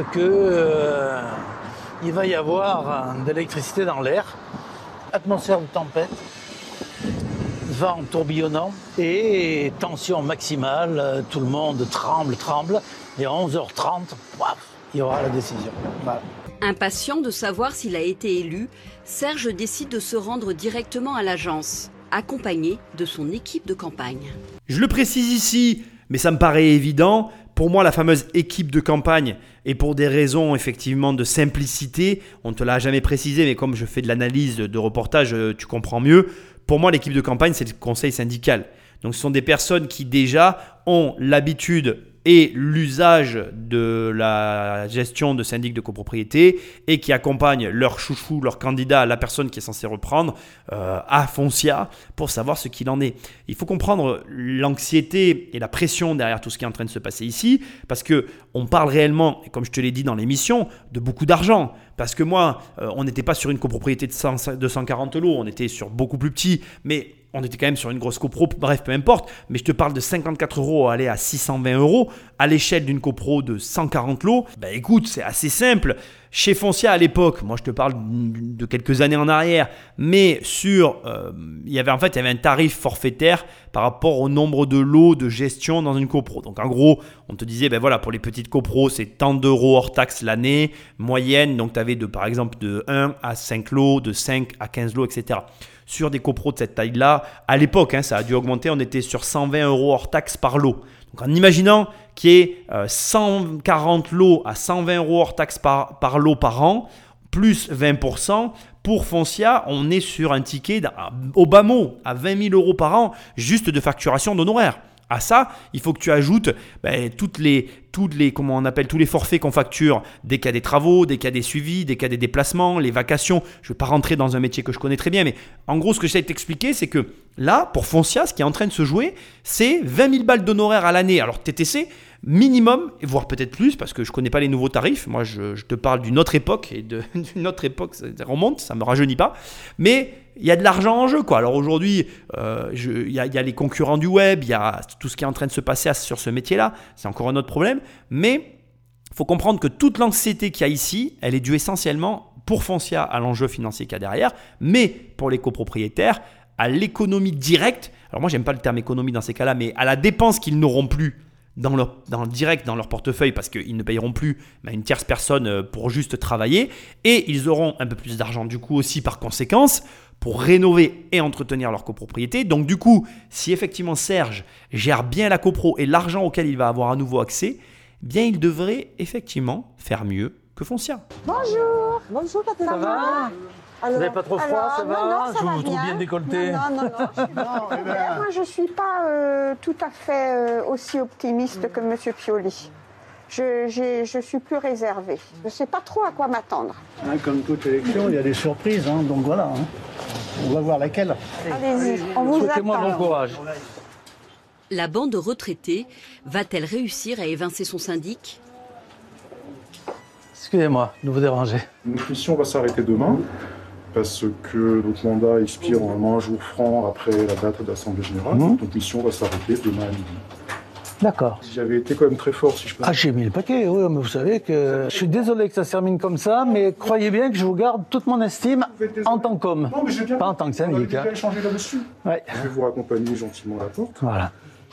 que il va y avoir de l'électricité dans l'air, atmosphère de tempête, vent tourbillonnant et tension maximale. Tout le monde tremble. Et à 11h30, il y aura la décision. Voilà. Impatient de savoir s'il a été élu, Serge décide de se rendre directement à l'agence, accompagné de son équipe de campagne. Je le précise ici, mais ça me paraît évident. Pour moi, la fameuse équipe de campagne, et pour des raisons effectivement de simplicité, on ne te l'a jamais précisé, mais comme je fais de l'analyse de reportage, tu comprends mieux. Pour moi, l'équipe de campagne, c'est le conseil syndical. Donc, ce sont des personnes qui déjà ont l'habitude et l'usage de la gestion de syndic de copropriété et qui accompagnent leur chouchou, leur candidat, la personne qui est censée reprendre à Foncia pour savoir ce qu'il en est. Il faut comprendre l'anxiété et la pression derrière tout ce qui est en train de se passer ici parce qu'on parle réellement, et comme je te l'ai dit dans l'émission, de beaucoup d'argent. Parce que moi, on n'était pas sur une copropriété de 140 lots, on était sur beaucoup plus petit, mais on était quand même sur une grosse copro, bref, peu importe, mais je te parle de 54 € aller à 620 € à l'échelle d'une copro de 140 lots. Écoute, c'est assez simple. Chez Foncia à l'époque, moi je te parle de quelques années en arrière, mais il y avait un tarif forfaitaire par rapport au nombre de lots de gestion dans une copro. Donc en gros, on te disait, pour les petites copros, c'est tant d'euros hors taxe l'année, moyenne, donc tu avais par exemple de 1 à 5 lots, de 5 à 15 lots, etc. Sur des copros de cette taille-là, à l'époque, ça a dû augmenter, on était sur 120 € hors taxe par lot. Donc en imaginant qu'il y ait 140 lots à 120 € hors taxe par lot par an, plus 20%, pour Foncia, on est sur un ticket au bas mot, à 20 000 € par an, juste de facturation d'honoraires. À ça, il faut que tu ajoutes tous les forfaits qu'on facture dès qu'il y a des travaux, dès qu'il y a des suivis, dès qu'il y a des déplacements, les vacations. Je ne vais pas rentrer dans un métier que je connais très bien, mais en gros, ce que j'essaie de t'expliquer, c'est que là, pour Foncia, ce qui est en train de se jouer, c'est 20 000 balles d'honoraires à l'année. Alors TTC, minimum, voire peut-être plus, parce que je ne connais pas les nouveaux tarifs. Moi, je te parle d'une autre époque, et d'une autre époque, ça remonte, ça ne me rajeunit pas. Mais il y a de l'argent en jeu, quoi. Alors aujourd'hui, il y a les concurrents du web, il y a tout ce qui est en train de se passer sur ce métier-là. C'est encore un autre problème. Mais il faut comprendre que toute l'anxiété qu'il y a ici, elle est due essentiellement pour Foncia à l'enjeu financier qu'il y a derrière, mais pour les copropriétaires, à l'économie directe. Alors moi, j'aime pas le terme économie dans ces cas-là, mais à la dépense qu'ils n'auront plus dans le direct, dans leur portefeuille, parce qu'ils ne payeront plus une tierce personne pour juste travailler, et ils auront un peu plus d'argent du coup aussi par conséquence pour rénover et entretenir leur copropriété. Donc du coup, si effectivement Serge gère bien la copro et l'argent auquel il va avoir à nouveau accès, bien il devrait effectivement faire mieux que Foncia. Bonjour. Bonjour, Patrick. Ça va? Vous n'avez pas trop froid, ça va? Non, ça je va vous trouve bien décolleté. Non. Moi, je ne suis pas tout à fait aussi optimiste que M. Pioli. Je suis plus réservée. Je ne sais pas trop à quoi m'attendre. Comme toute élection, il y a des surprises, donc voilà. On va voir laquelle. Allez-y, on vous Souhaitez-moi attend. bon courage. La bande retraitée va-t-elle réussir à évincer son syndic? Excusez-moi de vous déranger. Notre mission va s'arrêter demain parce que notre mandat expire normalement un jour franc après la date de l'Assemblée Générale. Notre mission va s'arrêter demain à midi. D'accord. J'avais été quand même très fort, si je peux. Ah, j'ai mis le paquet, oui, mais vous savez que je suis désolé que ça se termine comme ça, mais croyez bien que je vous garde toute mon estime en tant qu'homme, pas en tant que syndic. On a déjà échangé là-dessus. Ouais. Je vais vous raccompagner gentiment à la porte. Voilà.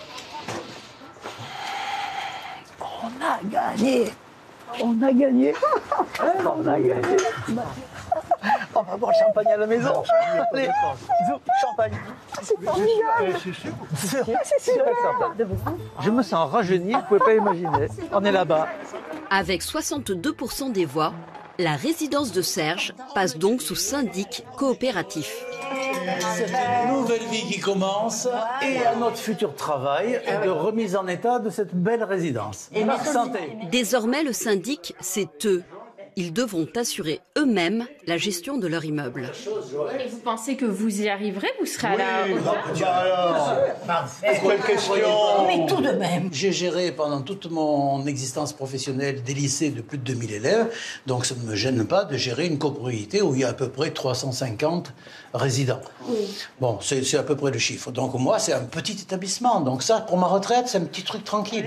On a gagné. On a gagné. On a gagné. On va boire champagne à la maison. Allez, champagne. C'est formidable. C'est super sympa. Je me sens rajeuni, vous pouvez pas imaginer. On est là-bas. Avec 62% des voix, la résidence de Serge passe donc sous syndic coopératif. C'est une nouvelle vie qui commence et à notre futur travail de remise en état de cette belle résidence. Santé. Désormais, le syndic, c'est eux. Ils devront assurer eux-mêmes la gestion de leur immeuble. Et vous pensez que vous y arriverez? Vous serez à la hauteur? Quelle question? Mais tout de même. J'ai géré pendant toute mon existence professionnelle des lycées de plus de 2000 élèves, donc ça ne me gêne pas de gérer une copropriété où il y a à peu près 350 résidents. Oui. Bon, c'est à peu près le chiffre. Donc moi, c'est un petit établissement. Donc ça, pour ma retraite, c'est un petit truc tranquille.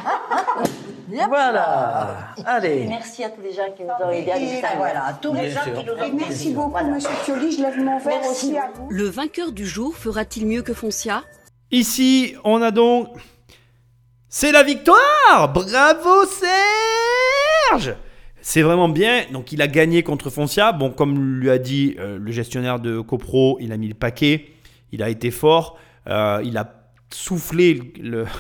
Voilà. Allez. Merci à tous les gens qui nous ont aidés à nous faire. Voilà, tous les gens qui nous ont Merci beaucoup, M. Pioli. Je lève mon verre aussi à vous. Le vainqueur du jour fera-t-il mieux que Foncia? Ici, on a donc... C'est la victoire! Bravo Serge! C'est vraiment bien. Donc, il a gagné contre Foncia. Bon, comme lui a dit le gestionnaire de Copro, il a mis le paquet. Il a été fort. Il a soufflé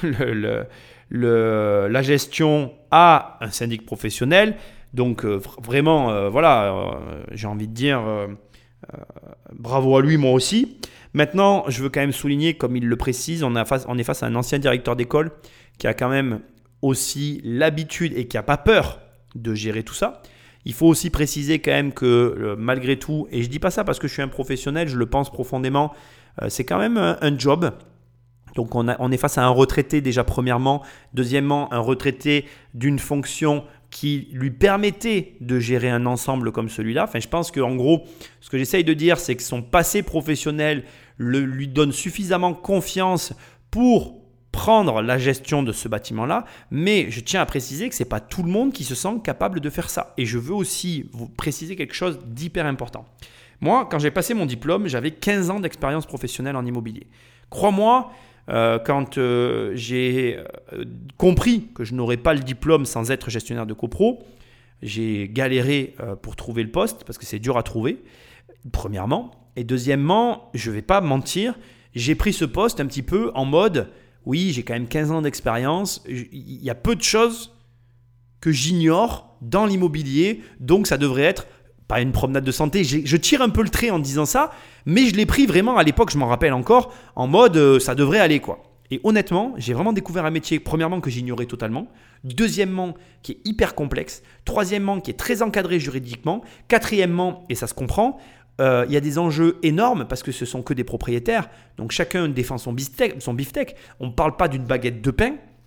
la gestion à un syndic professionnel. Donc, vraiment, voilà, j'ai envie de dire bravo à lui, moi aussi. Maintenant, je veux quand même souligner, comme il le précise, on est face à un ancien directeur d'école qui a quand même aussi l'habitude et qui n'a pas peur de gérer tout ça. Il faut aussi préciser quand même que malgré tout, et je ne dis pas ça parce que je suis un professionnel, je le pense profondément, c'est quand même un job. Donc on est face à un retraité déjà premièrement. Deuxièmement, un retraité d'une fonction qui lui permettait de gérer un ensemble comme celui-là. Enfin, je pense qu'en gros, ce que j'essaye de dire, c'est que son passé professionnel lui donne suffisamment confiance pour prendre la gestion de ce bâtiment-là, mais je tiens à préciser que ce n'est pas tout le monde qui se sent capable de faire ça. Et je veux aussi vous préciser quelque chose d'hyper important. Moi, quand j'ai passé mon diplôme, j'avais 15 ans d'expérience professionnelle en immobilier. Crois-moi, quand j'ai compris que je n'aurais pas le diplôme sans être gestionnaire de copro, j'ai galéré pour trouver le poste parce que c'est dur à trouver, premièrement. Et deuxièmement, je ne vais pas mentir, j'ai pris ce poste un petit peu en mode... Oui, j'ai quand même 15 ans d'expérience. Il y a peu de choses que j'ignore dans l'immobilier. Donc, ça devrait être pas une promenade de santé. Je tire un peu le trait en disant ça. Mais je l'ai pris vraiment à l'époque, je m'en rappelle encore, en mode ça devrait aller quoi. Et honnêtement, j'ai vraiment découvert un métier, premièrement, que j'ignorais totalement. Deuxièmement, qui est hyper complexe. Troisièmement, qui est très encadré juridiquement. Quatrièmement, et ça se comprend, il y a des enjeux énormes parce que ce sont que des propriétaires. Donc chacun défend son beefsteak. On ne parle pas d'une baguette de pain.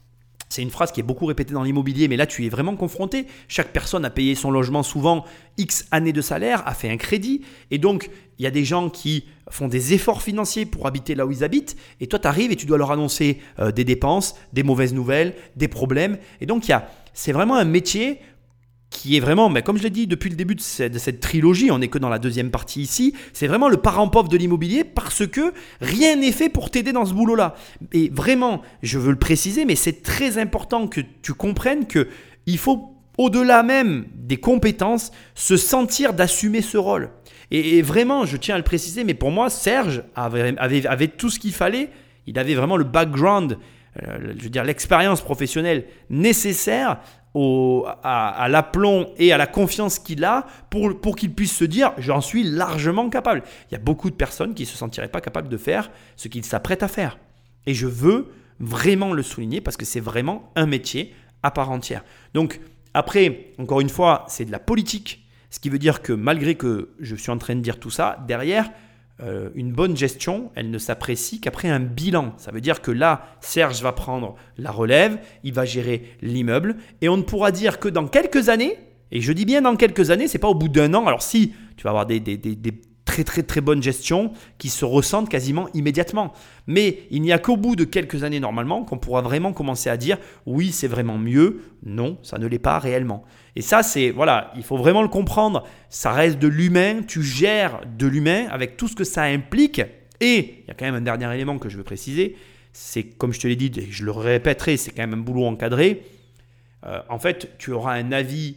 C'est une phrase qui est beaucoup répétée dans l'immobilier, mais là, tu es vraiment confronté. Chaque personne a payé son logement souvent X années de salaire, a fait un crédit. Et donc, il y a des gens qui font des efforts financiers pour habiter là où ils habitent. Et toi, tu arrives et tu dois leur annoncer des dépenses, des mauvaises nouvelles, des problèmes. Et donc, c'est vraiment un métier qui est vraiment, mais comme je l'ai dit depuis le début de cette trilogie, on n'est que dans la deuxième partie ici, c'est vraiment le parent pauvre de l'immobilier parce que rien n'est fait pour t'aider dans ce boulot-là. Et vraiment, je veux le préciser, mais c'est très important que tu comprennes qu'il faut, au-delà même des compétences, se sentir d'assumer ce rôle. Et vraiment, je tiens à le préciser, mais pour moi, Serge avait tout ce qu'il fallait. Il avait vraiment le background, je veux dire l'expérience professionnelle nécessaire à l'aplomb et à la confiance qu'il a pour qu'il puisse se dire « j'en suis largement capable ». Il y a beaucoup de personnes qui ne se sentiraient pas capables de faire ce qu'ils s'apprêtent à faire. Et je veux vraiment le souligner parce que c'est vraiment un métier à part entière. Donc après, encore une fois, c'est de la politique. Ce qui veut dire que malgré que je suis en train de dire tout ça, derrière, une bonne gestion, elle ne s'apprécie qu'après un bilan. Ça veut dire que là, Serge va prendre la relève, il va gérer l'immeuble et on ne pourra dire que dans quelques années, et je dis bien dans quelques années, ce n'est pas au bout d'un an. Alors si, tu vas avoir des très très très bonnes gestions qui se ressentent quasiment immédiatement. Mais il n'y a qu'au bout de quelques années normalement qu'on pourra vraiment commencer à dire oui, c'est vraiment mieux. Non, ça ne l'est pas réellement. Et ça, il faut vraiment le comprendre. Ça reste de l'humain, tu gères de l'humain avec tout ce que ça implique. Et il y a quand même un dernier élément que je veux préciser, c'est comme je te l'ai dit, et je le répéterai, c'est quand même un boulot encadré. En fait, tu auras un avis,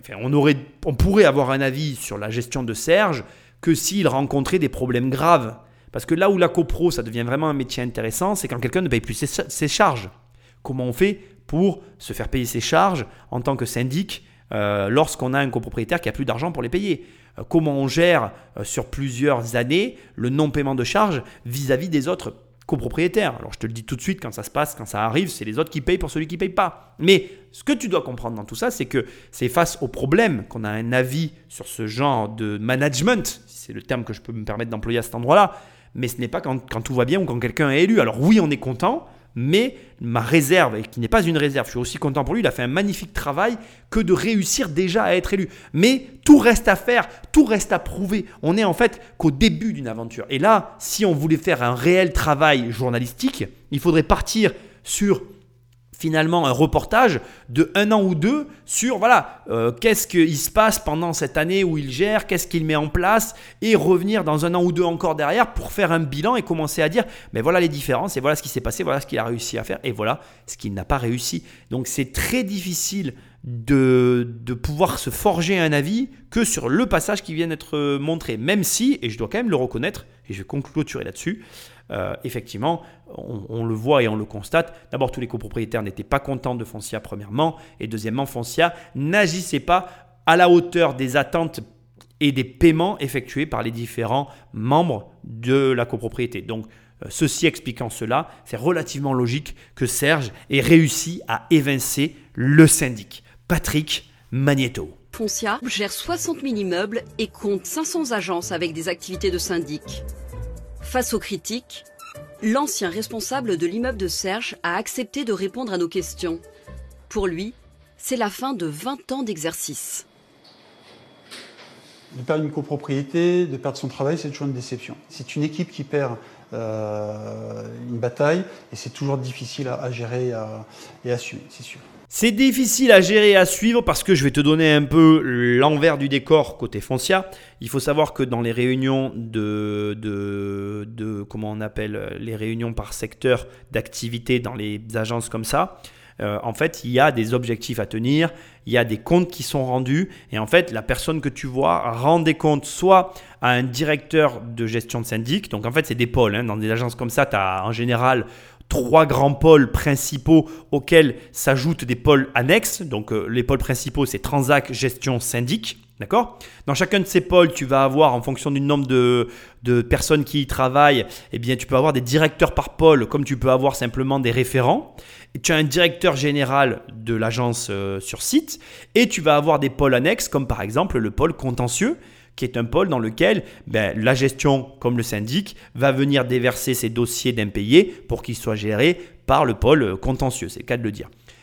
on pourrait avoir un avis sur la gestion de Serge que s'il rencontrait des problèmes graves. Parce que là où la copro, ça devient vraiment un métier intéressant, c'est quand quelqu'un ne paye plus ses charges. Comment on fait pour se faire payer ses charges en tant que syndic lorsqu'on a un copropriétaire qui n'a plus d'argent pour les payer? Comment on gère sur plusieurs années le non-paiement de charges vis-à-vis des autres copropriétaires? Alors je te le dis tout de suite, quand ça se passe, quand ça arrive, c'est les autres qui payent pour celui qui ne paye pas. Mais ce que tu dois comprendre dans tout ça, c'est que c'est face au problème qu'on a un avis sur ce genre de management, c'est le terme que je peux me permettre d'employer à cet endroit-là, mais ce n'est pas quand tout va bien ou quand quelqu'un est élu. Alors oui, on est content, mais ma réserve, et qui n'est pas une réserve, je suis aussi content pour lui, il a fait un magnifique travail que de réussir déjà à être élu. Mais tout reste à faire, tout reste à prouver. On est en fait qu'au début d'une aventure. Et là, si on voulait faire un réel travail journalistique, il faudrait partir sur finalement un reportage de 1 an ou 2 sur qu'est-ce qu'il se passe pendant cette année où il gère, qu'est-ce qu'il met en place et revenir dans 1 an ou 2 encore derrière pour faire un bilan et commencer à dire mais voilà les différences et voilà ce qui s'est passé, voilà ce qu'il a réussi à faire et voilà ce qu'il n'a pas réussi. Donc c'est très difficile de pouvoir se forger un avis que sur le passage qui vient d'être montré, même si, et je dois quand même le reconnaître et je vais clôturer là-dessus, effectivement, on le voit et on le constate. D'abord, tous les copropriétaires n'étaient pas contents de Foncia, premièrement. Et deuxièmement, Foncia n'agissait pas à la hauteur des attentes et des paiements effectués par les différents membres de la copropriété. Donc, ceci expliquant cela, c'est relativement logique que Serge ait réussi à évincer le syndic, Patrick Magnéto. Foncia gère 60 000 immeubles et compte 500 agences avec des activités de syndic. Face aux critiques, l'ancien responsable de l'immeuble de Serge a accepté de répondre à nos questions. Pour lui, c'est la fin de 20 ans d'exercice. De perdre une copropriété, de perdre son travail, c'est toujours une déception. C'est une équipe qui perd une bataille et c'est toujours difficile à gérer et à assumer, c'est sûr. C'est difficile à gérer et à suivre parce que je vais te donner un peu l'envers du décor côté Foncia. Il faut savoir que dans les réunions comment on appelle les réunions par secteur d'activité dans les agences comme ça, en fait, il y a des objectifs à tenir, il y a des comptes qui sont rendus et en fait, la personne que tu vois rend des comptes soit à un directeur de gestion de syndic. Donc en fait, c'est des pôles. Dans des agences comme ça, tu as en général 3 grands pôles principaux auxquels s'ajoutent des pôles annexes. Donc, les pôles principaux, c'est Transac, Gestion, Syndic. D'accord ? Dans chacun de ces pôles, tu vas avoir, en fonction du nombre de personnes qui y travaillent, eh bien, tu peux avoir des directeurs par pôle, comme tu peux avoir simplement des référents. Et tu as un directeur général de l'agence sur site. Et tu vas avoir des pôles annexes, comme par exemple le pôle contentieux, qui est un pôle dans lequel la gestion, comme le syndic, va venir déverser ses dossiers d'impayés pour qu'ils soient gérés par le pôle contentieux. C'est le cas de le dire.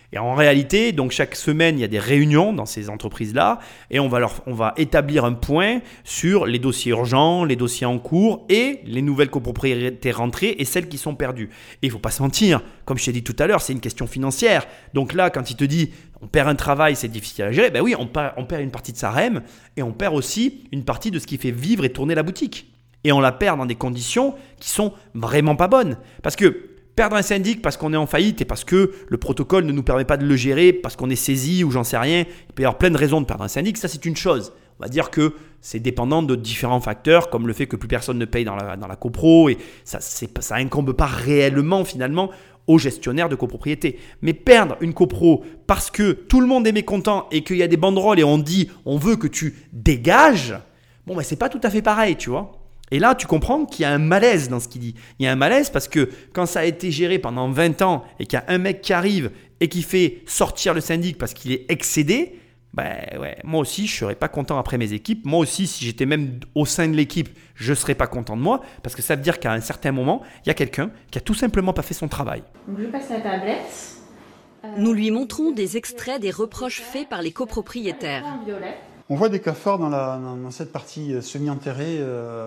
Et en réalité, donc chaque semaine, il y a des réunions dans ces entreprises-là et on va établir un point sur les dossiers urgents, les dossiers en cours et les nouvelles copropriétés rentrées et celles qui sont perdues. Et il ne faut pas se mentir, comme je t'ai dit tout à l'heure, c'est une question financière. Donc là, quand il te dit on perd un travail, c'est difficile à gérer, ben oui, on perd une partie de sa REM et on perd aussi une partie de ce qui fait vivre et tourner la boutique. Et on la perd dans des conditions qui sont vraiment pas bonnes. Parce que perdre un syndic parce qu'on est en faillite et parce que le protocole ne nous permet pas de le gérer, parce qu'on est saisi ou j'en sais rien, il peut y avoir plein de raisons de perdre un syndic, ça c'est une chose. On va dire que c'est dépendant de différents facteurs comme le fait que plus personne ne paye dans la copro et ça incombe pas réellement finalement aux gestionnaires de copropriété. Mais perdre une copro parce que tout le monde est mécontent et qu'il y a des banderoles et on dit on veut que tu dégages, bon ben c'est pas tout à fait pareil, tu vois. Et là, tu comprends qu'il y a un malaise dans ce qu'il dit. Il y a un malaise parce que quand ça a été géré pendant 20 ans et qu'il y a un mec qui arrive et qui fait sortir le syndic parce qu'il est excédé, ben ouais, moi aussi, je ne serais pas content après mes équipes. Moi aussi, si j'étais même au sein de l'équipe, je ne serais pas content de moi parce que ça veut dire qu'à un certain moment, il y a quelqu'un qui a tout simplement pas fait son travail. Donc, je passe la tablette. Nous lui montrons des extraits des reproches faits par les copropriétaires. On voit des cafards dans cette partie semi-enterrée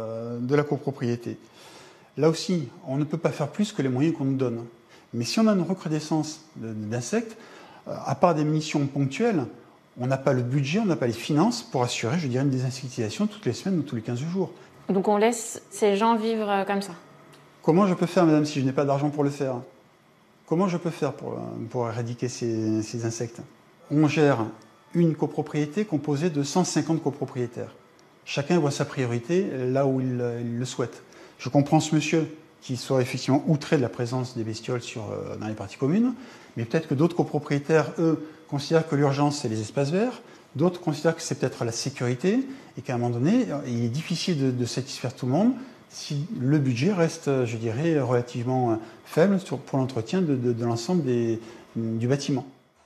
de la copropriété. Là aussi, on ne peut pas faire plus que les moyens qu'on nous donne. Mais si on a une recrudescence d'insectes, à part des missions ponctuelles, on n'a pas le budget, on n'a pas les finances pour assurer, je dirais, une désinsectisation toutes les semaines ou tous les 15 jours. Donc on laisse ces gens vivre comme ça. Comment je peux faire, madame, si je n'ai pas d'argent pour le faire? Comment je peux faire pour éradiquer ces insectes? On gère une copropriété composée de 150 copropriétaires. Chacun voit sa priorité là où il le souhaite. Je comprends ce monsieur qui soit effectivement outré de la présence des bestioles dans les parties communes, mais peut-être que d'autres copropriétaires, eux, considèrent que l'urgence, c'est les espaces verts, d'autres considèrent que c'est peut-être la sécurité, et qu'à un moment donné, il est difficile de satisfaire tout le monde si le budget reste, je dirais, relativement faible pour l'entretien de l'ensemble du bâtiment.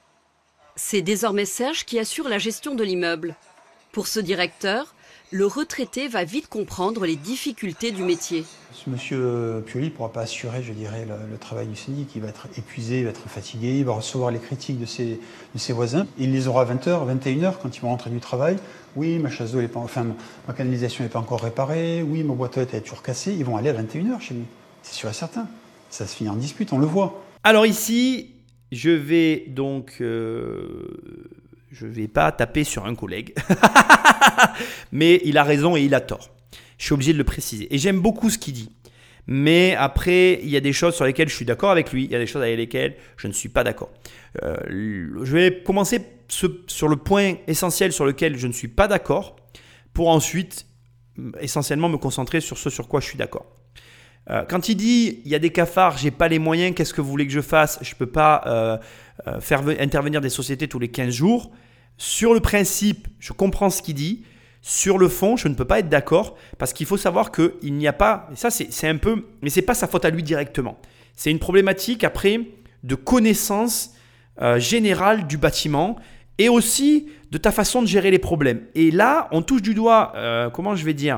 C'est désormais Serge qui assure la gestion de l'immeuble. Pour ce directeur, le retraité va vite comprendre les difficultés du métier. Ce monsieur Pioli ne pourra pas assurer, je dirais, le travail du syndic. Il va être épuisé, il va être fatigué, il va recevoir les critiques de ses voisins. Il les aura à 20h, 21h quand ils vont rentrer du travail. Oui, ma chasse d'eau, ma canalisation n'est pas encore réparée. Oui, ma boîte aux lettres est toujours cassée. Ils vont aller à 21h chez lui. C'est sûr et certain. Ça se finit en dispute, on le voit. Alors ici, je vais donc... je ne vais pas taper sur un collègue. Mais il a raison et il a tort. Je suis obligé de le préciser. Et j'aime beaucoup ce qu'il dit. Mais après, il y a des choses sur lesquelles je suis d'accord avec lui. Il y a des choses avec lesquelles je ne suis pas d'accord. Je vais commencer sur le point essentiel sur lequel je ne suis pas d'accord pour ensuite essentiellement me concentrer sur ce sur quoi je suis d'accord. Quand il dit « il y a des cafards, j'ai pas les moyens, qu'est-ce que vous voulez que je fasse ? Je ne peux pas faire intervenir des sociétés tous les 15 jours ». Sur le principe, je comprends ce qu'il dit. Sur le fond, je ne peux pas être d'accord parce qu'il faut savoir qu'il n'y a pas, et ça c'est un peu, mais ce n'est pas sa faute à lui directement. C'est une problématique après de connaissance générale du bâtiment et aussi de ta façon de gérer les problèmes. Et là, on touche du doigt, comment je vais dire,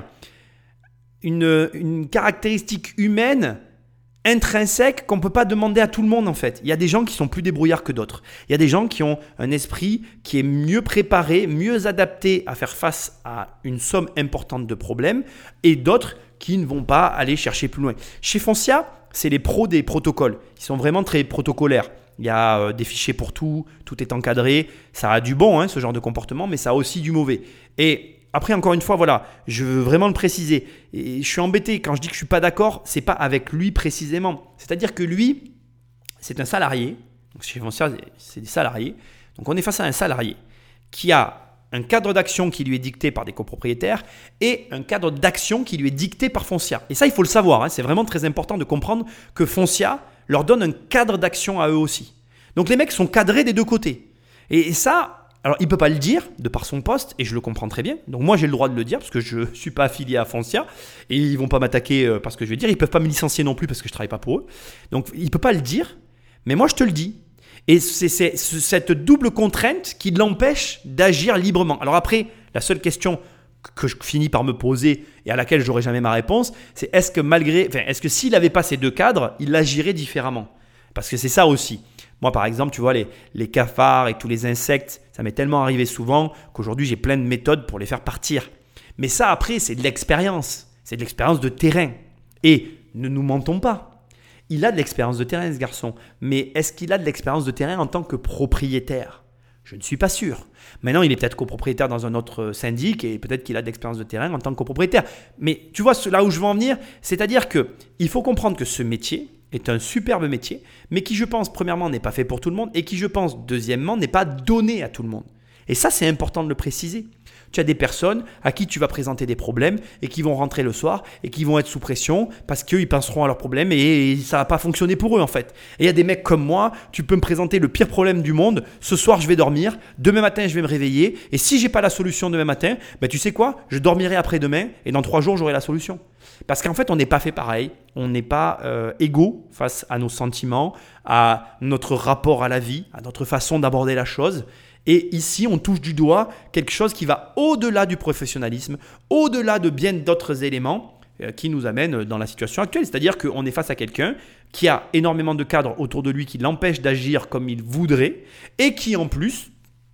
une caractéristique humaine intrinsèque qu'on ne peut pas demander à tout le monde en fait. Il y a des gens qui sont plus débrouillards que d'autres. Il y a des gens qui ont un esprit qui est mieux préparé, mieux adapté à faire face à une somme importante de problèmes et d'autres qui ne vont pas aller chercher plus loin. Chez Foncia, c'est les pros des protocoles. Ils sont vraiment très protocolaires. Il y a des fichiers pour tout est encadré. Ça a du bon, ce genre de comportement, mais ça a aussi du mauvais. Et après, encore une fois, voilà, je veux vraiment le préciser. Et je suis embêté quand je dis que je ne suis pas d'accord, ce n'est pas avec lui précisément. C'est-à-dire que lui, c'est un salarié. Donc, chez Foncia, c'est des salariés. Donc, on est face à un salarié qui a un cadre d'action qui lui est dicté par des copropriétaires et un cadre d'action qui lui est dicté par Foncia. Et ça, il faut le savoir. C'est vraiment très important de comprendre que Foncia leur donne un cadre d'action à eux aussi. Donc, les mecs sont cadrés des deux côtés. Et ça... Alors, il ne peut pas le dire de par son poste et je le comprends très bien. Donc, moi, j'ai le droit de le dire parce que je ne suis pas affilié à Foncia et ils ne vont pas m'attaquer parce que je vais dire. Ils ne peuvent pas me licencier non plus parce que je ne travaille pas pour eux. Donc, il ne peut pas le dire, mais moi, je te le dis. Et c'est cette double contrainte qui l'empêche d'agir librement. Alors après, la seule question que je finis par me poser et à laquelle je n'aurai jamais ma réponse, c'est est-ce que s'il n'avait pas ces deux cadres, il agirait différemment ? Parce que c'est ça aussi. Moi, par exemple, tu vois, les cafards et tous les insectes, ça m'est tellement arrivé souvent qu'aujourd'hui, j'ai plein de méthodes pour les faire partir. Mais ça, après, c'est de l'expérience. C'est de l'expérience de terrain. Et ne nous mentons pas. Il a de l'expérience de terrain, ce garçon. Mais est-ce qu'il a de l'expérience de terrain en tant que propriétaire ? Je ne suis pas sûr. Maintenant, il est peut-être copropriétaire dans un autre syndic et peut-être qu'il a de l'expérience de terrain en tant que copropriétaire. Mais tu vois, là où je veux en venir, c'est-à-dire qu'il faut comprendre que ce métier est un superbe métier, mais qui, je pense, premièrement, n'est pas fait pour tout le monde et qui, je pense, deuxièmement, n'est pas donné à tout le monde. Et ça, c'est important de le préciser. Tu as des personnes à qui tu vas présenter des problèmes et qui vont rentrer le soir et qui vont être sous pression parce qu'ils penseront à leurs problèmes et ça ne va pas fonctionner pour eux en fait. Et il y a des mecs comme moi, tu peux me présenter le pire problème du monde, ce soir je vais dormir, demain matin je vais me réveiller et si je n'ai pas la solution demain matin, ben tu sais quoi, je dormirai après-demain et dans 3 jours j'aurai la solution. Parce qu'en fait on n'est pas fait pareil, on n'est pas égaux face à nos sentiments, à notre rapport à la vie, à notre façon d'aborder la chose. Et ici, on touche du doigt quelque chose qui va au-delà du professionnalisme, au-delà de bien d'autres éléments qui nous amènent dans la situation actuelle. C'est-à-dire qu'on est face à quelqu'un qui a énormément de cadres autour de lui qui l'empêchent d'agir comme il voudrait et qui en plus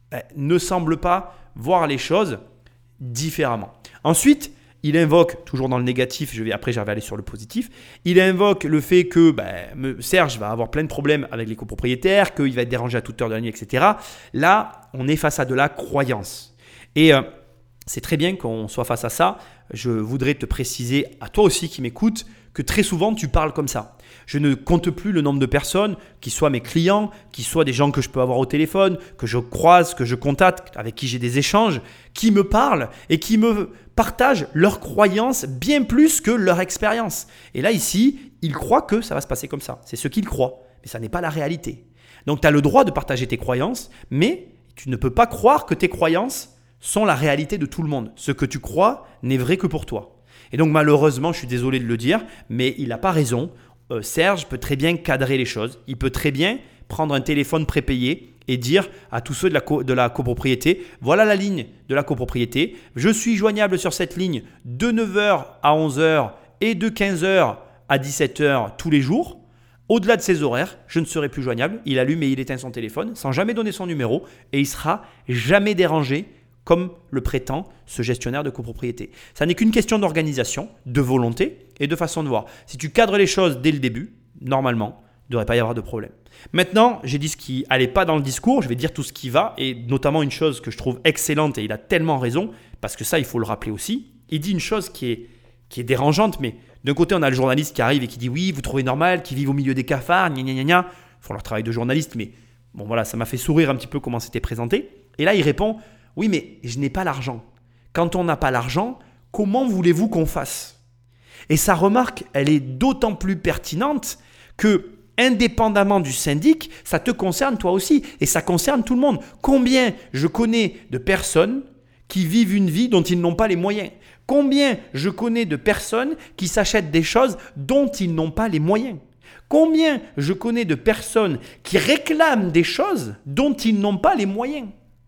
ne semble pas voir les choses différemment. Ensuite, il invoque, toujours dans le négatif, après je vais aller sur le positif, il invoque le fait que Serge va avoir plein de problèmes avec les copropriétaires, qu'il va être dérangé à toute heure de la nuit, etc. Là, on est face à de la croyance. Et c'est très bien qu'on soit face à ça. Je voudrais te préciser, à toi aussi qui m'écoutes, que très souvent tu parles comme ça. Je ne compte plus le nombre de personnes, qui soient mes clients, qui soient des gens que je peux avoir au téléphone, que je croise, que je contacte, avec qui j'ai des échanges, qui me parlent et qui me partagent leurs croyances bien plus que leur expérience. Et là, ici, ils croient que ça va se passer comme ça. C'est ce qu'ils croient, mais ça n'est pas la réalité. Donc, tu as le droit de partager tes croyances, mais tu ne peux pas croire que tes croyances sont la réalité de tout le monde. Ce que tu crois n'est vrai que pour toi. Et donc, malheureusement, je suis désolé de le dire, mais il n'a pas raison. Serge peut très bien cadrer les choses. Il peut très bien prendre un téléphone prépayé et dire à tous ceux de la copropriété, voilà la ligne de la copropriété. Je suis joignable sur cette ligne de 9h à 11h et de 15h à 17h tous les jours. Au-delà de ces horaires, je ne serai plus joignable. Il allume et il éteint son téléphone sans jamais donner son numéro et il ne sera jamais dérangé comme le prétend ce gestionnaire de copropriété. Ça n'est qu'une question d'organisation, de volonté et de façon de voir. Si tu cadres les choses dès le début, normalement, il ne devrait pas y avoir de problème. Maintenant, j'ai dit ce qui n'allait pas dans le discours, je vais dire tout ce qui va et notamment une chose que je trouve excellente et il a tellement raison, parce que ça, il faut le rappeler aussi. Il dit une chose qui est dérangeante, mais d'un côté, on a le journaliste qui arrive et qui dit « Oui, vous trouvez normal qu'ils vivent au milieu des cafards, gna gna gna gna. » Ils font leur travail de journaliste, mais bon voilà, ça m'a fait sourire un petit peu comment c'était présenté. Et là, il répond « Oui, mais je n'ai pas l'argent. Quand on n'a pas l'argent, comment voulez-vous qu'on fasse ?» Et sa remarque, elle est d'autant plus pertinente que, indépendamment du syndic, ça te concerne toi aussi et ça concerne tout le monde. Combien je connais de personnes qui vivent une vie dont ils n'ont pas les moyens ? Combien je connais de personnes qui s'achètent des choses dont ils n'ont pas les moyens ? Combien je connais de personnes qui réclament des choses dont ils n'ont pas les moyens ?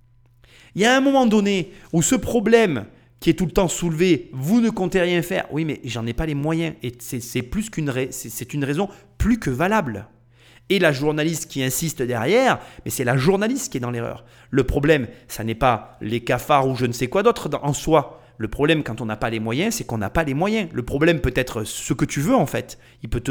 Il y a un moment donné où ce problème qui est tout le temps soulevé, vous ne comptez rien faire. Oui, mais j'en ai pas les moyens. Et c'est une raison plus que valable. Et la journaliste qui insiste derrière, mais c'est la journaliste qui est dans l'erreur. Le problème, ça n'est pas les cafards ou je ne sais quoi d'autre en soi. Le problème quand on n'a pas les moyens, c'est qu'on n'a pas les moyens. Le problème peut être ce que tu veux en fait. Il peut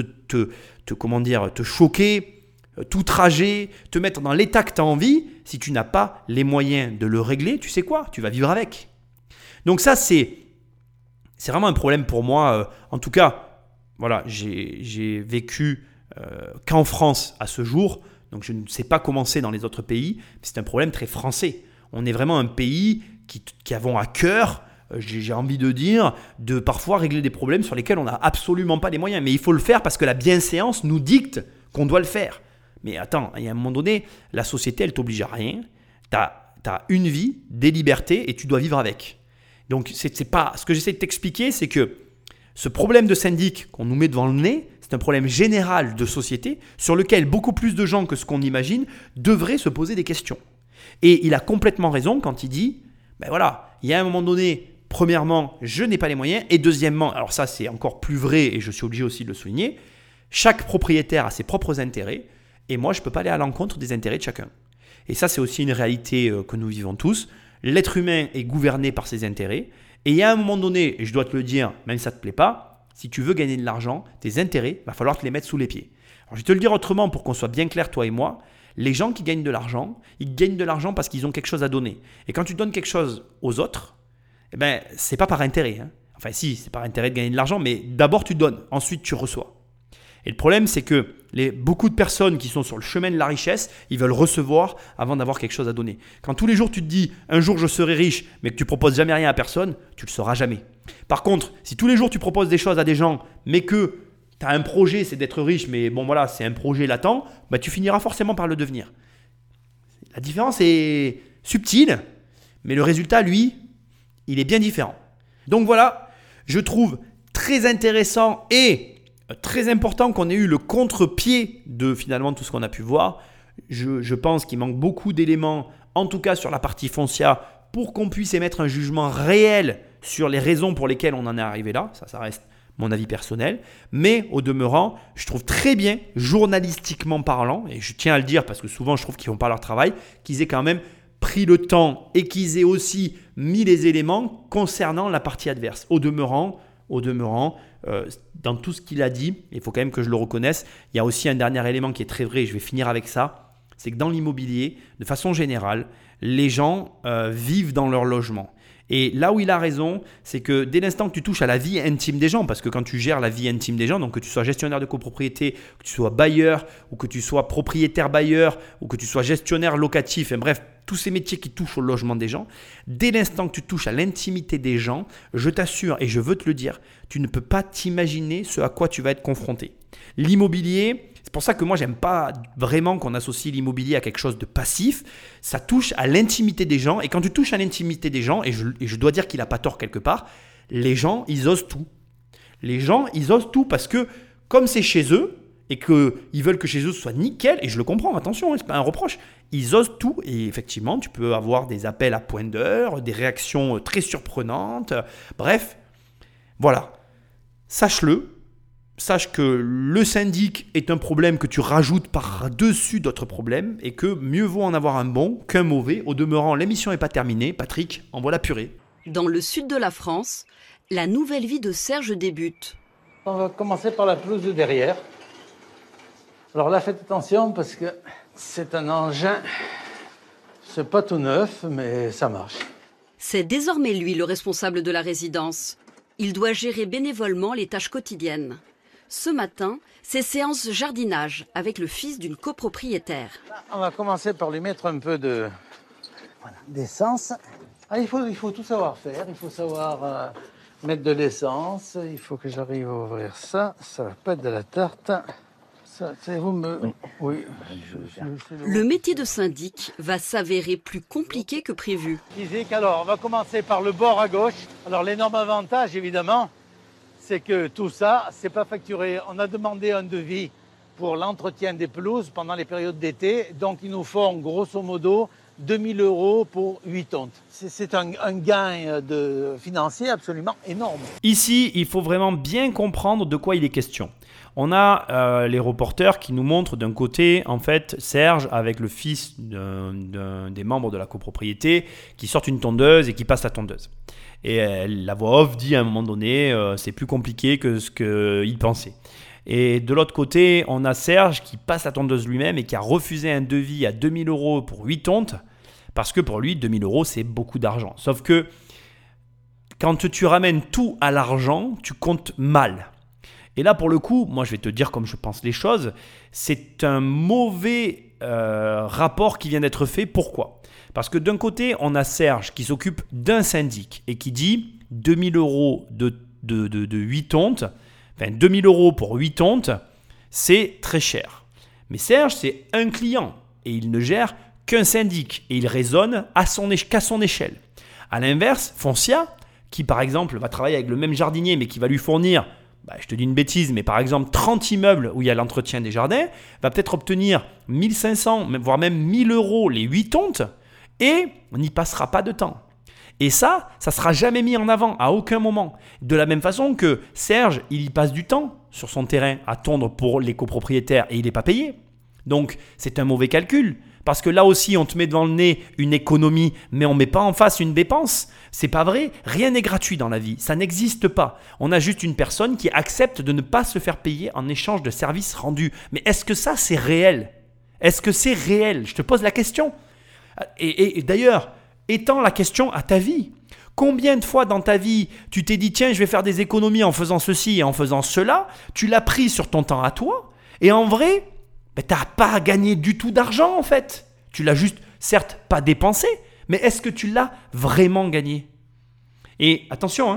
te choquer, t'outrager, te mettre dans l'état que tu as envie. Si tu n'as pas les moyens de le régler, tu sais quoi ? Tu vas vivre avec. Donc ça, c'est vraiment un problème pour moi. En tout cas, voilà, j'ai vécu qu'en France à ce jour. Donc je ne sais pas comment c'est dans les autres pays. Mais c'est un problème très français. On est vraiment un pays qui avons à cœur, j'ai envie de dire, de parfois régler des problèmes sur lesquels on n'a absolument pas les moyens. Mais il faut le faire parce que la bienséance nous dicte qu'on doit le faire. Mais attends, il y a un moment donné, la société, elle t'oblige à rien. Tu as une vie, des libertés et tu dois vivre avec. Donc, c'est pas, ce que j'essaie de t'expliquer, c'est que ce problème de syndic qu'on nous met devant le nez, c'est un problème général de société sur lequel beaucoup plus de gens que ce qu'on imagine devraient se poser des questions. Et il a complètement raison quand il dit, ben voilà, il y a un moment donné, premièrement, je n'ai pas les moyens et deuxièmement, alors ça c'est encore plus vrai et je suis obligé aussi de le souligner, chaque propriétaire a ses propres intérêts Et moi, je ne peux pas aller à l'encontre des intérêts de chacun. Et ça, c'est aussi une réalité que nous vivons tous. L'être humain est gouverné par ses intérêts. Et il y a un moment donné, et je dois te le dire, même si ça ne te plaît pas, si tu veux gagner de l'argent, tes intérêts, il va falloir te les mettre sous les pieds. Alors, je vais te le dire autrement pour qu'on soit bien clair, toi et moi. Les gens qui gagnent de l'argent, ils gagnent de l'argent parce qu'ils ont quelque chose à donner. Et quand tu donnes quelque chose aux autres, eh ben, ce n'est pas par intérêt. Enfin si, c'est par intérêt de gagner de l'argent, mais d'abord tu donnes, ensuite tu reçois. Et le problème, c'est que beaucoup de personnes qui sont sur le chemin de la richesse, ils veulent recevoir avant d'avoir quelque chose à donner. Quand tous les jours tu te dis « un jour je serai riche », mais que tu ne proposes jamais rien à personne, tu ne le sauras jamais. Par contre, si tous les jours tu proposes des choses à des gens, mais que tu as un projet, c'est d'être riche, mais bon voilà, c'est un projet latent, bah, tu finiras forcément par le devenir. La différence est subtile, mais le résultat, lui, il est bien différent. Donc voilà, je trouve très intéressant et très important qu'on ait eu le contre-pied de finalement tout ce qu'on a pu voir. Je pense qu'il manque beaucoup d'éléments, en tout cas sur la partie foncière, pour qu'on puisse émettre un jugement réel sur les raisons pour lesquelles on en est arrivé là. Ça reste mon avis personnel. Mais au demeurant, je trouve très bien, journalistiquement parlant, et je tiens à le dire parce que souvent je trouve qu'ils ne font pas leur travail, qu'ils aient quand même pris le temps et qu'ils aient aussi mis les éléments concernant la partie adverse. Au demeurant, dans tout ce qu'il a dit, il faut quand même que je le reconnaisse, il y a aussi un dernier élément qui est très vrai, et je vais finir avec ça, c'est que dans l'immobilier, de façon générale, les gens vivent dans leur logement. Et là où il a raison, c'est que dès l'instant que tu touches à la vie intime des gens, parce que quand tu gères la vie intime des gens, donc que tu sois gestionnaire de copropriété, que tu sois bailleur, ou que tu sois propriétaire bailleur, ou que tu sois gestionnaire locatif, et bref, tous ces métiers qui touchent au logement des gens, dès l'instant que tu touches à l'intimité des gens, je t'assure et je veux te le dire, tu ne peux pas t'imaginer ce à quoi tu vas être confronté. L'immobilier, c'est pour ça que moi, j'aime pas vraiment qu'on associe l'immobilier à quelque chose de passif. Ça touche à l'intimité des gens. Et quand tu touches à l'intimité des gens, et je dois dire qu'il n'a pas tort quelque part, les gens, ils osent tout. Les gens, ils osent tout parce que comme c'est chez eux et qu'ils veulent que chez eux ce soit nickel, et je le comprends, attention, ce n'est pas un reproche, ils osent tout. Et effectivement, tu peux avoir des appels à point d'heure, des réactions très surprenantes. Bref, voilà. Sache-le. Sache que le syndic est un problème que tu rajoutes par-dessus d'autres problèmes et que mieux vaut en avoir un bon qu'un mauvais. Au demeurant, l'émission n'est pas terminée. Patrick, envoie la purée. Dans le sud de la France, la nouvelle vie de Serge débute. On va commencer par la pelouse de derrière. Alors là, faites attention parce que c'est un engin. C'est pas tout neuf, mais ça marche. C'est désormais lui le responsable de la résidence. Il doit gérer bénévolement les tâches quotidiennes. Ce matin, c'est séance jardinage avec le fils d'une copropriétaire. On va commencer par lui mettre un peu d'essence. Il faut tout savoir faire. Il faut savoir mettre de l'essence. Il faut que j'arrive à ouvrir ça. Ça va pas être de la tarte. Oui. Le métier de syndic va s'avérer plus compliqué que prévu. Alors, on va commencer par le bord à gauche. Alors, l'énorme avantage, évidemment, c'est que tout ça, c'est pas facturé. On a demandé un devis pour l'entretien des pelouses pendant les périodes d'été. Donc, ils nous font grosso modo 2 000 € pour 8 tontes. C'est un gain financier absolument énorme. Ici, il faut vraiment bien comprendre de quoi il est question. On a les reporters qui nous montrent d'un côté, en fait, Serge avec le fils des membres de la copropriété qui sortent une tondeuse et qui passe la tondeuse. Et la voix off dit à un moment donné, c'est plus compliqué que ce qu'il pensait. Et de l'autre côté, on a Serge qui passe la tondeuse lui-même et qui a refusé un devis à 2 000 € pour 8 tontes parce que pour lui, 2 000 € c'est beaucoup d'argent. Sauf que quand tu ramènes tout à l'argent, tu comptes mal. Et là, pour le coup, moi je vais te dire comme je pense les choses, c'est un mauvais rapport qui vient d'être fait. Pourquoi ? Parce que d'un côté, on a Serge qui s'occupe d'un syndic et qui dit 2 000 € de 8 tontes, enfin 2 000 € pour 8 tontes, c'est très cher. Mais Serge, c'est un client et il ne gère qu'un syndic et il raisonne qu'à son échelle. A l'inverse, Foncia, qui par exemple va travailler avec le même jardinier mais qui va lui fournir, je te dis une bêtise, mais par exemple 30 immeubles où il y a l'entretien des jardins, va peut-être obtenir 1 500, voire même 1 000 € les 8 tontes et on n'y passera pas de temps. Et ça ne sera jamais mis en avant à aucun moment. De la même façon que Serge, il y passe du temps sur son terrain à tondre pour les copropriétaires et il n'est pas payé. Donc, c'est un mauvais calcul. Parce que là aussi, on te met devant le nez une économie, mais on ne met pas en face une dépense. C'est pas vrai. Rien n'est gratuit dans la vie. Ça n'existe pas. On a juste une personne qui accepte de ne pas se faire payer en échange de services rendus. Mais est-ce que ça, c'est réel ? Est-ce que c'est réel ? Je te pose la question. Et d'ailleurs, étends la question à ta vie. Combien de fois dans ta vie, tu t'es dit « Tiens, je vais faire des économies en faisant ceci et en faisant cela », tu l'as pris sur ton temps à toi, et en vrai, tu n'as pas gagné du tout d'argent en fait. Tu l'as juste, certes, pas dépensé, mais est-ce que tu l'as vraiment gagné ? Et attention,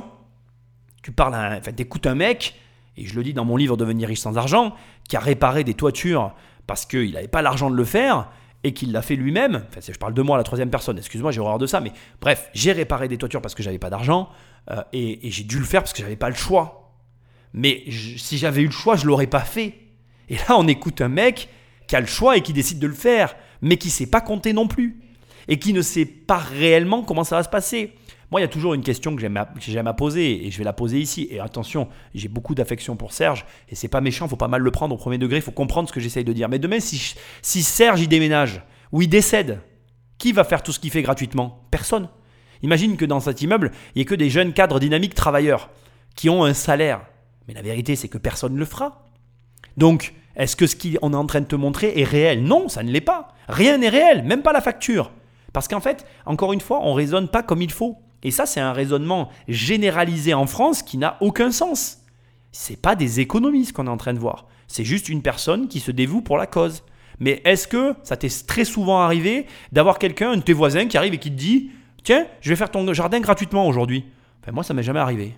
t'écoutes un mec, et je le dis dans mon livre « Devenir riche sans argent », qui a réparé des toitures parce qu'il n'avait pas l'argent de le faire, et qu'il l'a fait lui-même, je parle de moi à la troisième personne, excuse-moi, j'ai horreur de ça, mais bref, j'ai réparé des toitures parce que j'avais pas d'argent et j'ai dû le faire parce que j'avais pas le choix. Mais si j'avais eu le choix, je l'aurais pas fait. Et là, on écoute un mec qui a le choix et qui décide de le faire, mais qui sait pas compter non plus et qui ne sait pas réellement comment ça va se passer. Moi, il y a toujours une question que j'aime à poser et je vais la poser ici. Et attention, j'ai beaucoup d'affection pour Serge et c'est pas méchant, il faut pas mal le prendre au premier degré, il faut comprendre ce que j'essaye de dire. Mais demain, si Serge il déménage ou il décède, qui va faire tout ce qu'il fait gratuitement ? Personne. Imagine que dans cet immeuble, il n'y ait que des jeunes cadres dynamiques travailleurs qui ont un salaire. Mais la vérité, c'est que personne ne le fera. Donc, est-ce que ce qu'on est en train de te montrer est réel ? Non, ça ne l'est pas. Rien n'est réel, même pas la facture. Parce qu'en fait, encore une fois, on ne raisonne pas comme il faut. Et ça, c'est un raisonnement généralisé en France qui n'a aucun sens. Ce n'est pas des économies ce qu'on est en train de voir. C'est juste une personne qui se dévoue pour la cause. Mais est-ce que ça t'est très souvent arrivé d'avoir quelqu'un, un de tes voisins qui arrive et qui te dit « Tiens, je vais faire ton jardin gratuitement aujourd'hui ». Moi, ça ne m'est jamais arrivé.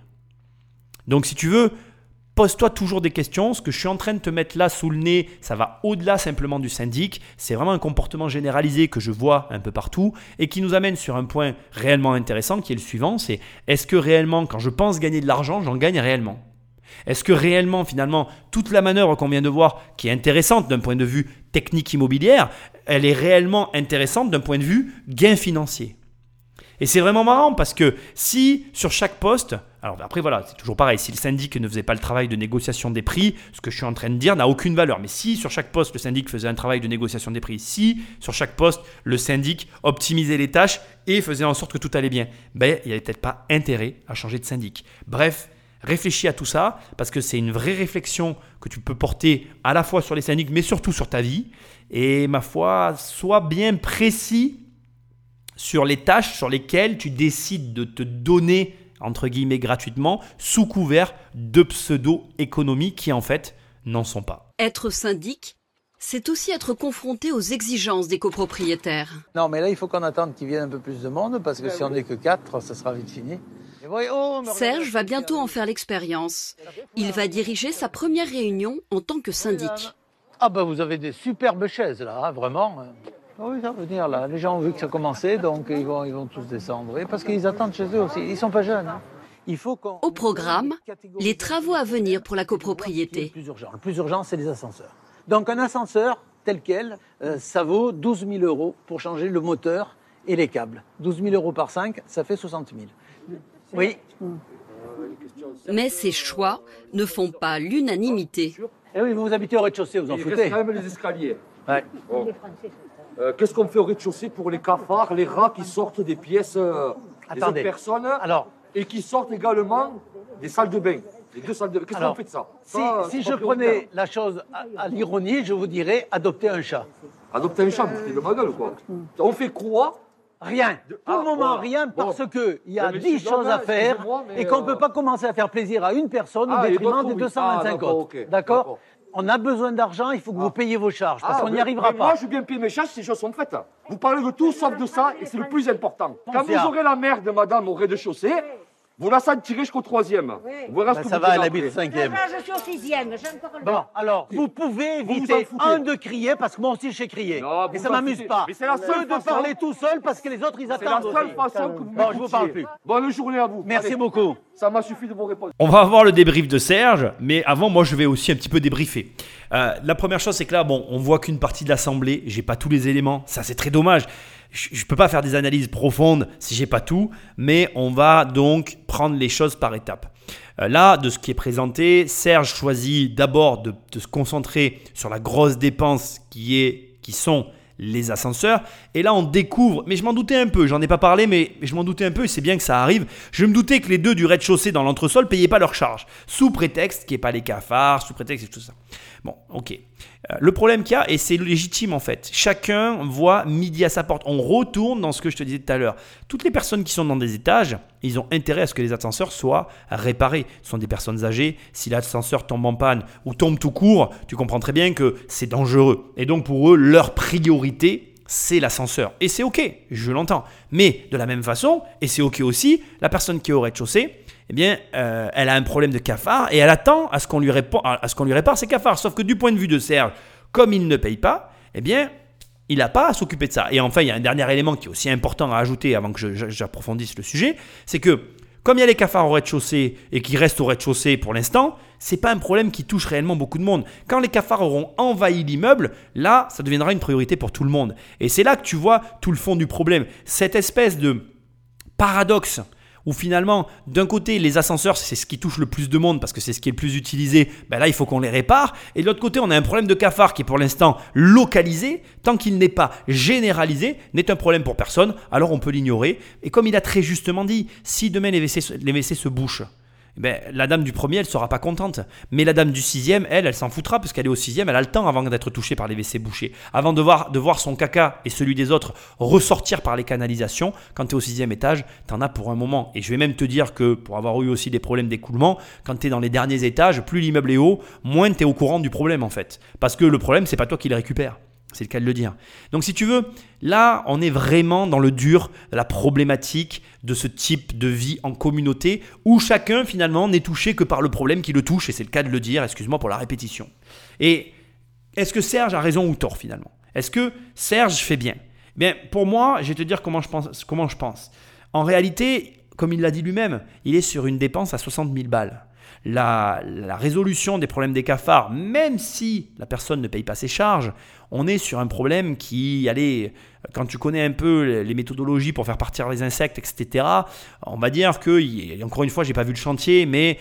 Donc, si tu veux, pose-toi toujours des questions. Ce que je suis en train de te mettre là sous le nez, ça va au-delà simplement du syndic. C'est vraiment un comportement généralisé que je vois un peu partout et qui nous amène sur un point réellement intéressant qui est le suivant. C'est est-ce que réellement, quand je pense gagner de l'argent, j'en gagne réellement ? Est-ce que réellement, finalement, toute la manœuvre qu'on vient de voir, qui est intéressante d'un point de vue technique immobilière, elle est réellement intéressante d'un point de vue gain financier ? Et c'est vraiment marrant parce que si sur chaque poste, alors après voilà, c'est toujours pareil, si le syndic ne faisait pas le travail de négociation des prix, ce que je suis en train de dire n'a aucune valeur. Mais si sur chaque poste, le syndic faisait un travail de négociation des prix, si sur chaque poste, le syndic optimisait les tâches et faisait en sorte que tout allait bien, il n'y avait peut-être pas intérêt à changer de syndic. Bref, réfléchis à tout ça parce que c'est une vraie réflexion que tu peux porter à la fois sur les syndics mais surtout sur ta vie. Et ma foi, sois bien précis sur les tâches sur lesquelles tu décides de te donner, entre guillemets, gratuitement, sous couvert de pseudo-économies qui, en fait, n'en sont pas. Être syndic, c'est aussi être confronté aux exigences des copropriétaires. Non, mais là, il faut qu'on attende qu'il vienne un peu plus de monde, parce que si on n'est que 4, ça sera vite fini. Serge va bientôt en faire l'expérience. Il va diriger sa première réunion en tant que syndic. Ah ben, vous avez des superbes chaises, là, hein, vraiment. Oui, ça va venir là. Les gens ont vu que ça commençait, donc ils vont tous descendre. Et parce qu'ils attendent chez eux aussi. Ils sont pas jeunes. Hein. Au programme, les travaux à venir pour la copropriété. Le plus urgent, c'est les ascenseurs. Donc un ascenseur tel quel, ça vaut 12 000 € pour changer le moteur et les câbles. 12 000 € par 5, ça fait 60 000. Oui. Mais ces choix ne font pas l'unanimité. Eh oui, vous habitez au rez-de-chaussée, vous en foutez. Il reste quand même les escaliers. Ouais. Bon. Qu'est-ce qu'on fait au rez-de-chaussée pour les cafards, les rats qui sortent des pièces des autres personnes et qui sortent également des salles de bain, les 2 salles de bain. Qu'est-ce qu'on fait de ça? Si je prenais la chose à l'ironie, je vous dirais adopter un chat. Adopter un chat, vous foutez de ma gueule, quoi. On fait quoi? Rien. Pour le moment, rien, parce qu'il y a 10 choses à faire et qu'on ne peut pas commencer à faire plaisir à une personne au détriment des 225 autres. D'accord? On a besoin d'argent, il faut que vous payiez vos charges, parce qu'on n'y arrivera pas. Moi, je vais bien payer mes charges, ces choses sont faites. Vous parlez de tout sauf de ça, et c'est le plus important. Quand vous aurez la merde, madame, au rez-de-chaussée, vous la sentirez jusqu'au 3e. Vous verrez ce que ça va, elle habite au 5e. Je suis au 6e, j'ai encore le... Bon, alors, vous pouvez éviter de crier, parce que moi aussi, je sais crier. Non, et ça ne m'amuse pas. Mais c'est la seule de parler tout seul, parce que les autres, ils attendent. C'est la seule façon que vous Bon, je vous parle plus. Bonne journée à vous. Merci beaucoup. Ça m'a suffi de vous répondre. On va avoir le débrief de Serge, mais avant, moi, je vais aussi un petit peu débriefer. La première chose, c'est que là, bon, on voit qu'une partie de l'Assemblée. J'ai pas tous les éléments. Ça, c'est très dommage. Je peux pas faire des analyses profondes si j'ai pas tout, mais on va donc prendre les choses par étapes. Là, de ce qui est présenté, Serge choisit d'abord de se concentrer sur la grosse dépense qui sont les ascenseurs. Et là, on découvre, mais je m'en doutais un peu, j'en ai pas parlé, mais je m'en doutais un peu et c'est bien que ça arrive. Je me doutais que les deux du rez-de-chaussée dans l'entresol ne payaient pas leur charge, sous prétexte qu'il n'y ait pas les cafards, sous prétexte et tout ça. Bon, ok. Le problème qu'il y a, et c'est légitime en fait, chacun voit midi à sa porte. On retourne dans ce que je te disais tout à l'heure. Toutes les personnes qui sont dans des étages, ils ont intérêt à ce que les ascenseurs soient réparés. Ce sont des personnes âgées. Si l'ascenseur tombe en panne ou tombe tout court, tu comprends très bien que c'est dangereux. Et donc pour eux, leur priorité, c'est l'ascenseur. Et c'est ok, je l'entends. Mais de la même façon, et c'est ok aussi, la personne qui est au rez-de-chaussée, eh bien, elle a un problème de cafard et elle attend à ce qu'on lui répare ses cafards. Sauf que du point de vue de Serge, comme il ne paye pas, eh bien, il n'a pas à s'occuper de ça. Et enfin, il y a un dernier élément qui est aussi important à ajouter avant que j'approfondisse le sujet, c'est que comme il y a les cafards au rez-de-chaussée et qui restent au rez-de-chaussée pour l'instant, ce n'est pas un problème qui touche réellement beaucoup de monde. Quand les cafards auront envahi l'immeuble, là, ça deviendra une priorité pour tout le monde. Et c'est là que tu vois tout le fond du problème. Cette espèce de paradoxe où finalement, d'un côté, les ascenseurs, c'est ce qui touche le plus de monde parce que c'est ce qui est le plus utilisé. Ben là, il faut qu'on les répare. Et de l'autre côté, on a un problème de cafard qui est pour l'instant localisé. Tant qu'il n'est pas généralisé, n'est un problème pour personne. Alors, on peut l'ignorer. Et comme il a très justement dit, si demain les WC se bouchent, ben, la dame du premier, elle ne sera pas contente. Mais la dame du sixième, elle s'en foutra parce qu'elle est au sixième, elle a le temps avant d'être touchée par les WC bouchés. Avant de voir son caca et celui des autres ressortir par les canalisations, quand tu es au sixième étage, tu en as pour un moment. Et je vais même te dire que pour avoir eu aussi des problèmes d'écoulement, quand tu es dans les derniers étages, plus l'immeuble est haut, moins tu es au courant du problème en fait. Parce que le problème, c'est pas toi qui le récupères. C'est le cas de le dire. Donc si tu veux, là, on est vraiment dans le dur de la problématique de ce type de vie en communauté où chacun finalement n'est touché que par le problème qui le touche et c'est le cas de le dire, excuse-moi pour la répétition. Et est-ce que Serge a raison ou tort finalement? Est-ce que Serge fait bien? Bien, pour moi, je vais te dire comment je pense. En réalité, comme il l'a dit lui-même, il est sur une dépense à 60 000 balles. La résolution des problèmes des cafards, même si la personne ne paye pas ses charges, on est sur un problème qui, allez, quand tu connais un peu les méthodologies pour faire partir les insectes, etc., on va dire que, encore une fois, je n'ai pas vu le chantier, mais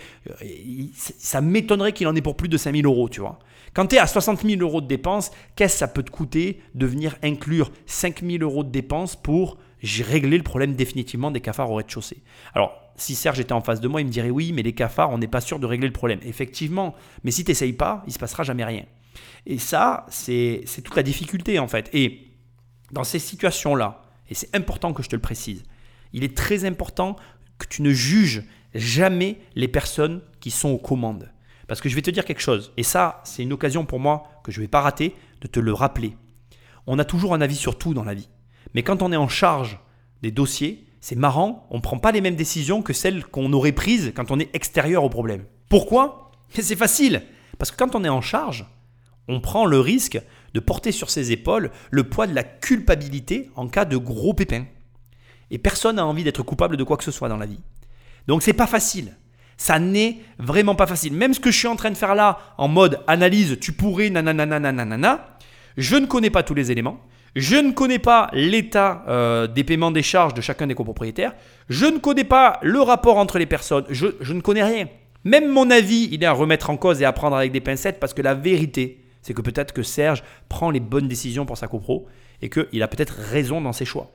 ça m'étonnerait qu'il en ait pour plus de 5 000 euros, tu vois. Quand tu es à 60 000 euros de dépenses, qu'est-ce que ça peut te coûter de venir inclure 5 000 euros de dépenses pour régler le problème définitivement des cafards au rez-de-chaussée? Alors, si Serge était en face de moi, il me dirait oui, mais les cafards, on n'est pas sûr de régler le problème. Effectivement, mais si tu n'essayes pas, il ne se passera jamais rien. Et ça, c'est toute la difficulté en fait. Et dans ces situations-là, et c'est important que je te le précise, il est très important que tu ne juges jamais les personnes qui sont aux commandes. Parce que je vais te dire quelque chose, et ça, c'est une occasion pour moi que je ne vais pas rater de te le rappeler. On a toujours un avis sur tout dans la vie. Mais quand on est en charge des dossiers, c'est marrant, on ne prend pas les mêmes décisions que celles qu'on aurait prises quand on est extérieur au problème. Pourquoi? C'est facile. Parce que quand on est en charge, on prend le risque de porter sur ses épaules le poids de la culpabilité en cas de gros pépins. Et personne n'a envie d'être coupable de quoi que ce soit dans la vie. Donc c'est pas facile. Ça n'est vraiment pas facile. Même ce que je suis en train de faire là, en mode analyse, tu pourrais, nanana, je ne connais pas tous les éléments. Je ne connais pas l'état des paiements des charges de chacun des copropriétaires. Je ne connais pas le rapport entre les personnes. Je ne connais rien. Même mon avis, il est à remettre en cause et à prendre avec des pincettes parce que la vérité, c'est que peut-être que Serge prend les bonnes décisions pour sa copro et qu'il a peut-être raison dans ses choix.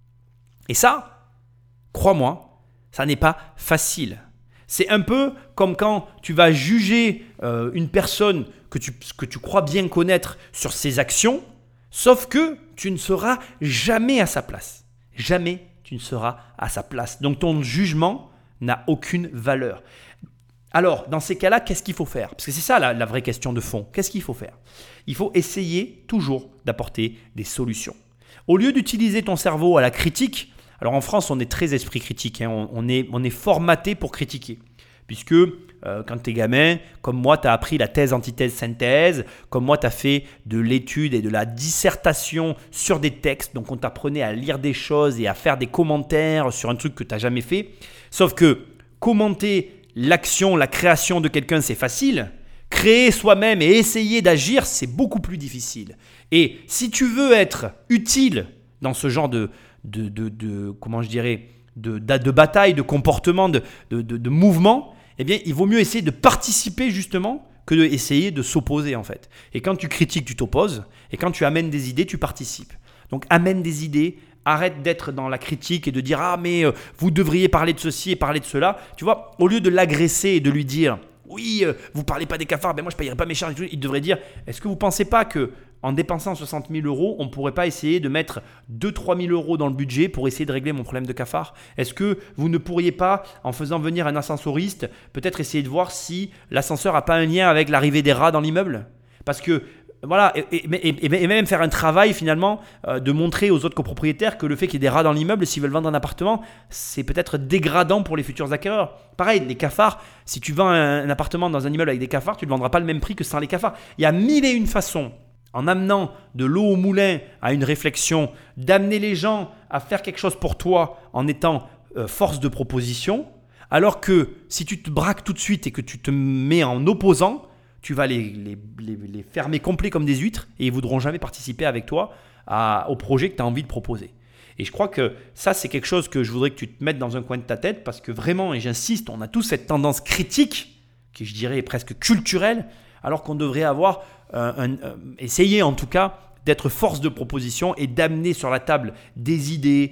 Et ça, crois-moi, ça n'est pas facile. C'est un peu comme quand tu vas juger une personne que tu crois bien connaître sur ses actions, sauf que tu ne seras jamais à sa place. Jamais tu ne seras à sa place. Donc ton jugement n'a aucune valeur. Alors, dans ces cas-là, qu'est-ce qu'il faut faire? Parce que c'est ça la vraie question de fond. Qu'est-ce qu'il faut faire? Il faut essayer toujours d'apporter des solutions. Au lieu d'utiliser ton cerveau à la critique, alors en France, on est très esprit critique, hein, on est formaté pour critiquer. Puisque quand tu es gamin, comme moi, tu as appris la thèse, antithèse, synthèse. Comme moi, tu as fait de l'étude et de la dissertation sur des textes. Donc, on t'apprenait à lire des choses et à faire des commentaires sur un truc que tu n'as jamais fait. Sauf que commenter l'action, la création de quelqu'un, c'est facile. Créer soi-même et essayer d'agir, c'est beaucoup plus difficile. Et si tu veux être utile dans ce genre de comment je dirais, de bataille, de comportement, de mouvement, eh bien, il vaut mieux essayer de participer justement que d'essayer de s'opposer en fait. Et quand tu critiques, tu t'opposes. Et quand tu amènes des idées, tu participes. Donc amène des idées, arrête d'être dans la critique et de dire « Ah mais vous devriez parler de ceci et parler de cela ». Tu vois, au lieu de l'agresser et de lui dire « Oui, vous ne parlez pas des cafards, ben moi je ne payerai pas mes charges », il devrait dire « Est-ce que vous ne pensez pas que en dépensant 60 000 €, on ne pourrait pas essayer de mettre 2-3 000 € dans le budget pour essayer de régler mon problème de cafard ? Est-ce que vous ne pourriez pas, en faisant venir un ascensoriste, peut-être essayer de voir si l'ascenseur n'a pas un lien avec l'arrivée des rats dans l'immeuble ? Parce que voilà, et même faire un travail finalement de montrer aux autres copropriétaires que le fait qu'il y ait des rats dans l'immeuble, s'ils veulent vendre un appartement, c'est peut-être dégradant pour les futurs acquéreurs. Pareil, les cafards, si tu vends un appartement dans un immeuble avec des cafards, tu ne le vendras pas le même prix que sans les cafards. Il y a 1001 façons, en amenant de l'eau au moulin à une réflexion, d'amener les gens à faire quelque chose pour toi en étant force de proposition, alors que si tu te braques tout de suite et que tu te mets en opposant, tu vas les fermer complets comme des huîtres et ils ne voudront jamais participer avec toi au projet que tu as envie de proposer. Et je crois que ça, c'est quelque chose que je voudrais que tu te mettes dans un coin de ta tête parce que vraiment, et j'insiste, on a tous cette tendance critique qui, je dirais, est presque culturelle, alors qu'on devrait avoir essayer en tout cas d'être force de proposition et d'amener sur la table des idées,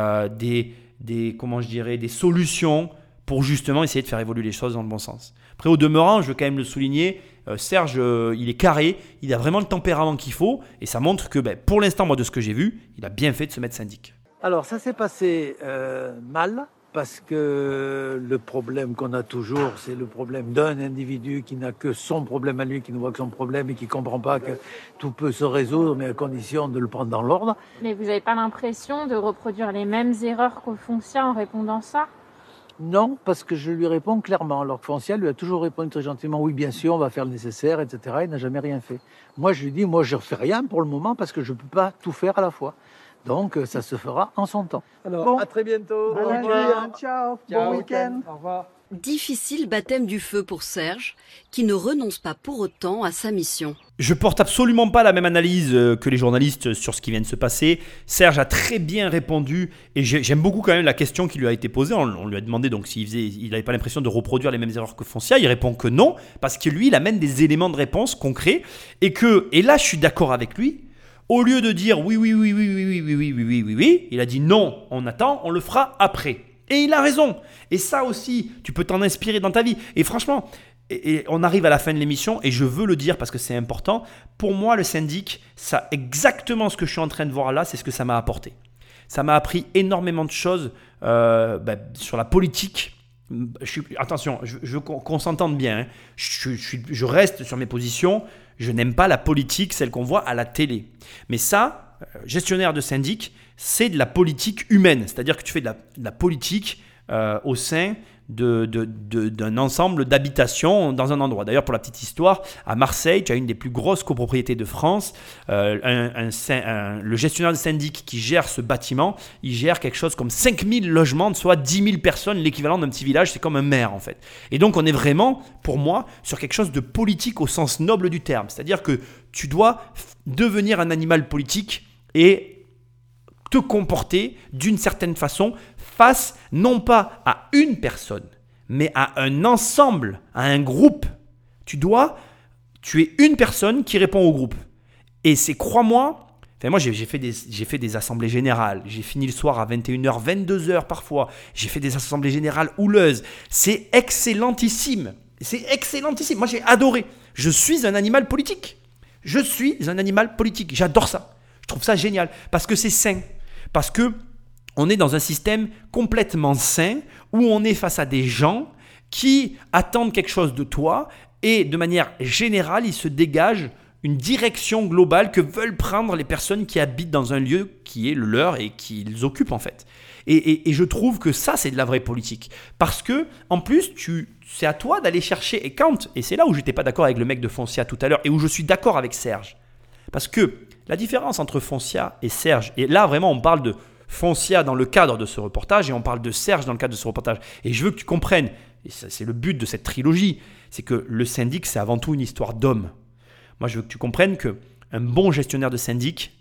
des solutions pour justement essayer de faire évoluer les choses dans le bon sens. Après, au demeurant, je veux quand même le souligner, Serge, il est carré, il a vraiment le tempérament qu'il faut et ça montre que pour l'instant, moi de ce que j'ai vu, il a bien fait de se mettre syndic. Alors ça s'est passé mal parce que le problème qu'on a toujours, c'est le problème d'un individu qui n'a que son problème à lui, qui ne voit que son problème et qui ne comprend pas que tout peut se résoudre, mais à condition de le prendre dans l'ordre. Mais vous n'avez pas l'impression de reproduire les mêmes erreurs qu'au Foncia en répondant ça ? Non, parce que je lui réponds clairement, alors que Foncia lui a toujours répondu très gentiment, oui bien sûr, on va faire le nécessaire, etc. Il n'a jamais rien fait. Moi je lui dis, moi je ne fais rien pour le moment parce que je ne peux pas tout faire à la fois. Donc ça se fera en son temps. Alors, bon. À très bientôt. Au revoir. Ciao. Bon week-end. Au revoir. Difficile baptême du feu pour Serge, qui ne renonce pas pour autant à sa mission. Je porte absolument pas la même analyse que les journalistes sur ce qui vient de se passer. Serge a très bien répondu et j'aime beaucoup quand même la question qui lui a été posée. On lui a demandé donc s'il n'avait pas l'impression de reproduire les mêmes erreurs que Foncia. Il répond que non, parce que lui, il amène des éléments de réponse concrets et là, je suis d'accord avec lui. Au lieu de dire oui, il a dit non, on attend, on le fera après. Et il a raison. Et ça aussi, tu peux t'en inspirer dans ta vie. Et franchement, et on arrive à la fin de l'émission et je veux le dire parce que c'est important. Pour moi, le syndic, ça exactement ce que je suis en train de voir là, c'est ce que ça m'a apporté. Ça m'a appris énormément de choses sur la politique. Attention, je veux qu'on s'entende bien. Hein. Je reste sur mes positions. Je n'aime pas la politique, celle qu'on voit à la télé. Mais ça, gestionnaire de syndic, c'est de la politique humaine. C'est-à-dire que tu fais de la politique au sein d'un ensemble d'habitations dans un endroit. D'ailleurs, pour la petite histoire, à Marseille, tu as une des plus grosses copropriétés de France. Le gestionnaire de syndic qui gère ce bâtiment, il gère quelque chose comme 5000 logements, soit 10 000 personnes, l'équivalent d'un petit village. C'est comme un maire, en fait. Et donc, on est vraiment, pour moi, sur quelque chose de politique au sens noble du terme. C'est-à-dire que tu dois devenir un animal politique et te comporter d'une certaine façon face non pas à une personne, mais à un ensemble, à un groupe. Tu es une personne qui répond au groupe. Et c'est, crois-moi, moi j'ai fait des assemblées générales, j'ai fini le soir à 21h, 22h parfois, j'ai fait des assemblées générales houleuses. C'est excellentissime. Moi j'ai adoré. Je suis un animal politique. J'adore ça. Je trouve ça génial parce que c'est sain. Parce que on est dans un système complètement sain où on est face à des gens qui attendent quelque chose de toi et de manière générale, il se dégage une direction globale que veulent prendre les personnes qui habitent dans un lieu qui est le leur et qu'ils occupent en fait. Et je trouve que ça, c'est de la vraie politique. Parce que, en plus, c'est à toi d'aller chercher. Et c'est là où je n'étais pas d'accord avec le mec de Foncia tout à l'heure et où je suis d'accord avec Serge. Parce que la différence entre Foncia et Serge, et là vraiment on parle de Foncia dans le cadre de ce reportage et on parle de Serge dans le cadre de ce reportage. Et je veux que tu comprennes, et c'est le but de cette trilogie, c'est que le syndic, c'est avant tout une histoire d'hommes. Moi, je veux que tu comprennes qu'un bon gestionnaire de syndic,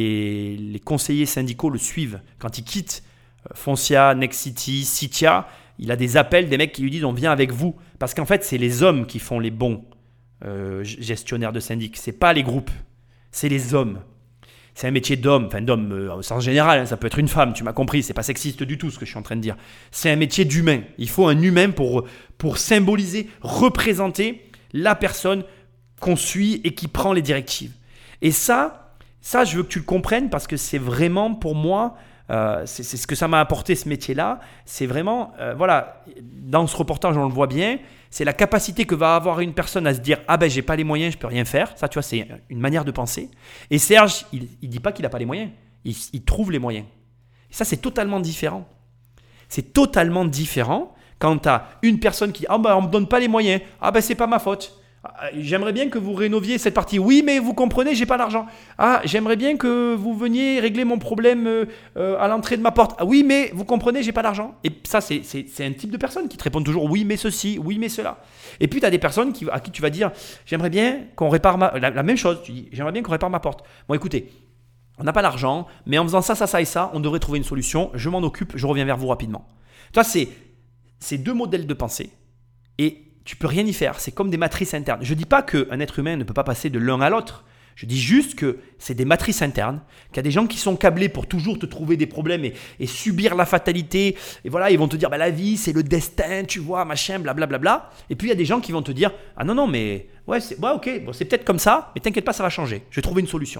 les conseillers syndicaux le suivent. Quand ils quittent Foncia, Next City, Citia, il a des appels des mecs qui lui disent on vient avec vous. Parce qu'en fait, c'est les hommes qui font les bons gestionnaires de syndic. C'est pas les groupes, c'est les hommes. C'est un métier d'homme, enfin d'homme au sens général, hein, ça peut être une femme, tu m'as compris, c'est pas sexiste du tout ce que je suis en train de dire. C'est un métier d'humain. Il faut un humain pour symboliser, représenter la personne qu'on suit et qui prend les directives. Et ça, je veux que tu le comprennes parce que c'est vraiment pour moi, c'est ce que ça m'a apporté ce métier-là. C'est vraiment, voilà, dans ce reportage on le voit bien, c'est la capacité que va avoir une personne à se dire « Ah ben j'ai pas les moyens, je peux rien faire ». Ça tu vois, c'est une manière de penser. Et Serge, il dit pas qu'il a pas les moyens, il trouve les moyens. Et ça c'est totalement différent. C'est totalement différent quand tu as une personne qui dit « Ah ben on me donne pas les moyens, ah ben c'est pas ma faute ». J'aimerais bien que vous rénoviez cette partie. Oui, mais vous comprenez, j'ai pas l'argent. Ah, j'aimerais bien que vous veniez régler mon problème à l'entrée de ma porte. Ah, oui, mais vous comprenez, j'ai pas l'argent. Et ça, c'est un type de personne qui te répond toujours oui, mais ceci, oui, mais cela. Et puis, tu as des personnes à qui tu vas dire j'aimerais bien qu'on répare la même chose. Tu dis j'aimerais bien qu'on répare ma porte. Bon, écoutez, on n'a pas l'argent, mais en faisant ça, ça, ça et ça, on devrait trouver une solution. Je m'en occupe, je reviens vers vous rapidement. Toi, c'est deux modèles de pensée. Et tu peux rien y faire, c'est comme des matrices internes. Je ne dis pas qu'un être humain ne peut pas passer de l'un à l'autre. Je dis juste que c'est des matrices internes, qu'il y a des gens qui sont câblés pour toujours te trouver des problèmes et subir la fatalité. Et voilà, ils vont te dire bah, la vie, c'est le destin, tu vois, machin, blablabla. Et puis il y a des gens qui vont te dire ah non, mais ouais, ok, bon, c'est peut-être comme ça, mais t'inquiète pas, ça va changer. Je vais trouver une solution.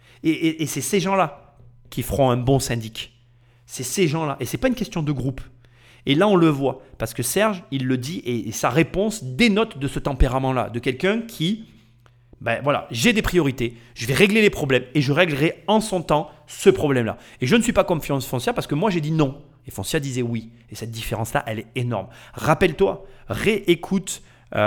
Et c'est ces gens-là qui feront un bon syndic. C'est ces gens-là. Et ce n'est pas une question de groupe. Et là, on le voit, parce que Serge, il le dit, et sa réponse dénote de ce tempérament-là, de quelqu'un qui, ben voilà, j'ai des priorités, je vais régler les problèmes, et je réglerai en son temps ce problème-là. Et je ne suis pas comme Foncia, parce que moi, j'ai dit non, et Foncia disait oui. Et cette différence-là, elle est énorme. Rappelle-toi, réécoute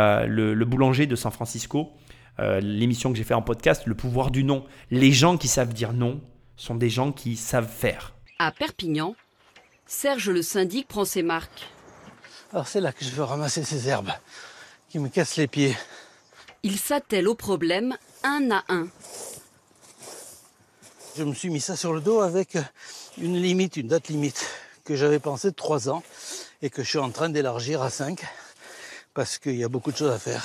le boulanger de San Francisco, l'émission que j'ai fait en podcast, Le pouvoir du non. Les gens qui savent dire non sont des gens qui savent faire. À Perpignan, Serge le syndic prend ses marques. Alors c'est là que je veux ramasser ces herbes qui me cassent les pieds. Il s'attelle au problème un à un. Je me suis mis ça sur le dos avec une date limite que j'avais pensé de 3 ans et que je suis en train d'élargir à 5 parce qu'il y a beaucoup de choses à faire.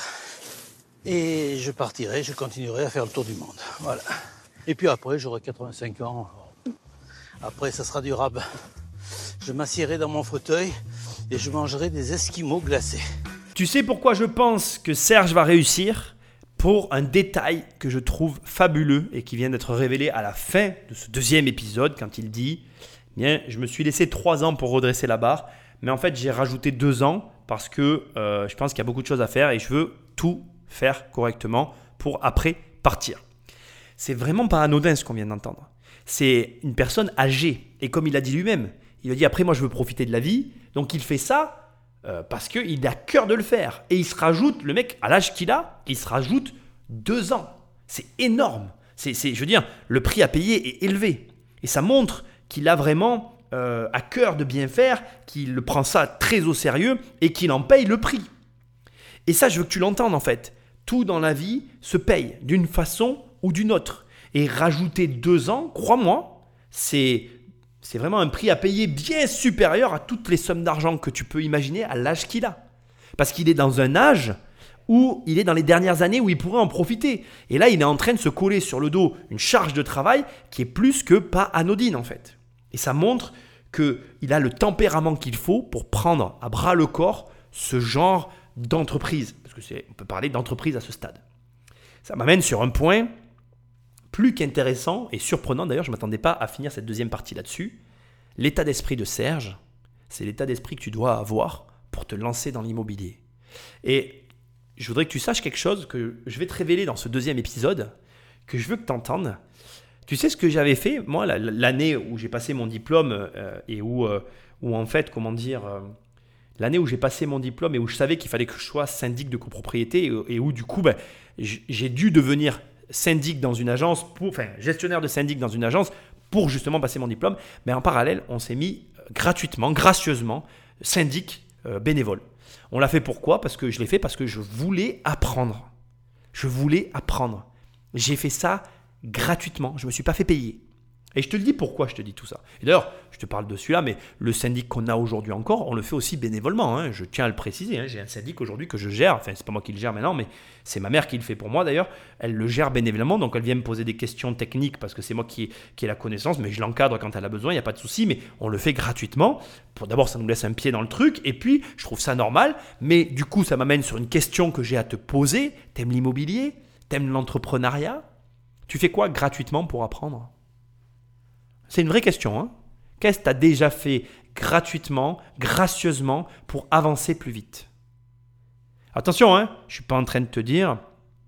Et je continuerai à faire le tour du monde. Voilà. Et puis après, j'aurai 85 ans. Après, ça sera durable. Je m'assierai dans mon fauteuil et je mangerai des esquimaux glacés. Tu sais pourquoi je pense que Serge va réussir? Pour un détail que je trouve fabuleux et qui vient d'être révélé à la fin de ce 2e épisode quand il dit « Bien, je me suis laissé 3 ans pour redresser la barre, mais en fait j'ai rajouté 2 ans parce que je pense qu'il y a beaucoup de choses à faire et je veux tout faire correctement pour après partir. » C'est vraiment pas anodin ce qu'on vient d'entendre. C'est une personne âgée et comme il a dit lui-même, il a dit après moi je veux profiter de la vie, donc il fait ça parce qu'il a cœur de le faire. Et il se rajoute, le mec à l'âge qu'il a, il se rajoute 2 ans. C'est énorme. Je veux dire, le prix à payer est élevé. Et ça montre qu'il a vraiment à cœur de bien faire, qu'il prend ça très au sérieux et qu'il en paye le prix. Et ça je veux que tu l'entendes en fait. Tout dans la vie se paye d'une façon ou d'une autre. Et rajouter 2 ans, crois-moi, c'est vraiment un prix à payer bien supérieur à toutes les sommes d'argent que tu peux imaginer à l'âge qu'il a. Parce qu'il est dans un âge où il est dans les dernières années où il pourrait en profiter. Et là, il est en train de se coller sur le dos une charge de travail qui est plus que pas anodine en fait. Et ça montre qu'il a le tempérament qu'il faut pour prendre à bras le corps ce genre d'entreprise. Parce qu'on peut parler d'entreprise à ce stade. Ça m'amène sur un point plus qu'intéressant et surprenant, d'ailleurs je ne m'attendais pas à finir cette 2e partie là-dessus. L'état d'esprit de Serge, c'est l'état d'esprit que tu dois avoir pour te lancer dans l'immobilier. Et je voudrais que tu saches quelque chose que je vais te révéler dans ce 2e épisode, que je veux que tu entendes. Tu sais ce que j'avais fait, moi, l'année où j'ai passé mon diplôme et où en fait, l'année où j'ai passé mon diplôme et où je savais qu'il fallait que je sois syndic de copropriété et où du coup, j'ai dû devenir syndic dans une agence, gestionnaire de syndic dans une agence pour justement passer mon diplôme. Mais en parallèle, on s'est mis gratuitement, gracieusement, syndic bénévole. On l'a fait pourquoi ? Parce que je l'ai fait parce que je voulais apprendre. J'ai fait ça gratuitement. Je ne me suis pas fait payer. Et je te le dis pourquoi je te dis tout ça. Et d'ailleurs, je te parle de celui-là, mais le syndic qu'on a aujourd'hui encore, on le fait aussi bénévolement. Hein. Je tiens à le préciser. Hein. J'ai un syndic aujourd'hui que je gère. Enfin, c'est pas moi qui le gère maintenant, mais c'est ma mère qui le fait pour moi d'ailleurs. Elle le gère bénévolement. Donc, elle vient me poser des questions techniques parce que c'est moi qui ai la connaissance. Mais je l'encadre quand elle a besoin. Il n'y a pas de souci. Mais on le fait gratuitement. D'abord, ça nous laisse un pied dans le truc. Et puis, je trouve ça normal. Mais du coup, ça m'amène sur une question que j'ai à te poser. T'aimes l'immobilier ? T'aimes l'entrepreneuriat ? Tu fais quoi gratuitement pour apprendre ? C'est une vraie question. Hein. Qu'est-ce que tu as déjà fait gratuitement, gracieusement pour avancer plus vite ? Attention, hein, je ne suis pas en train de te dire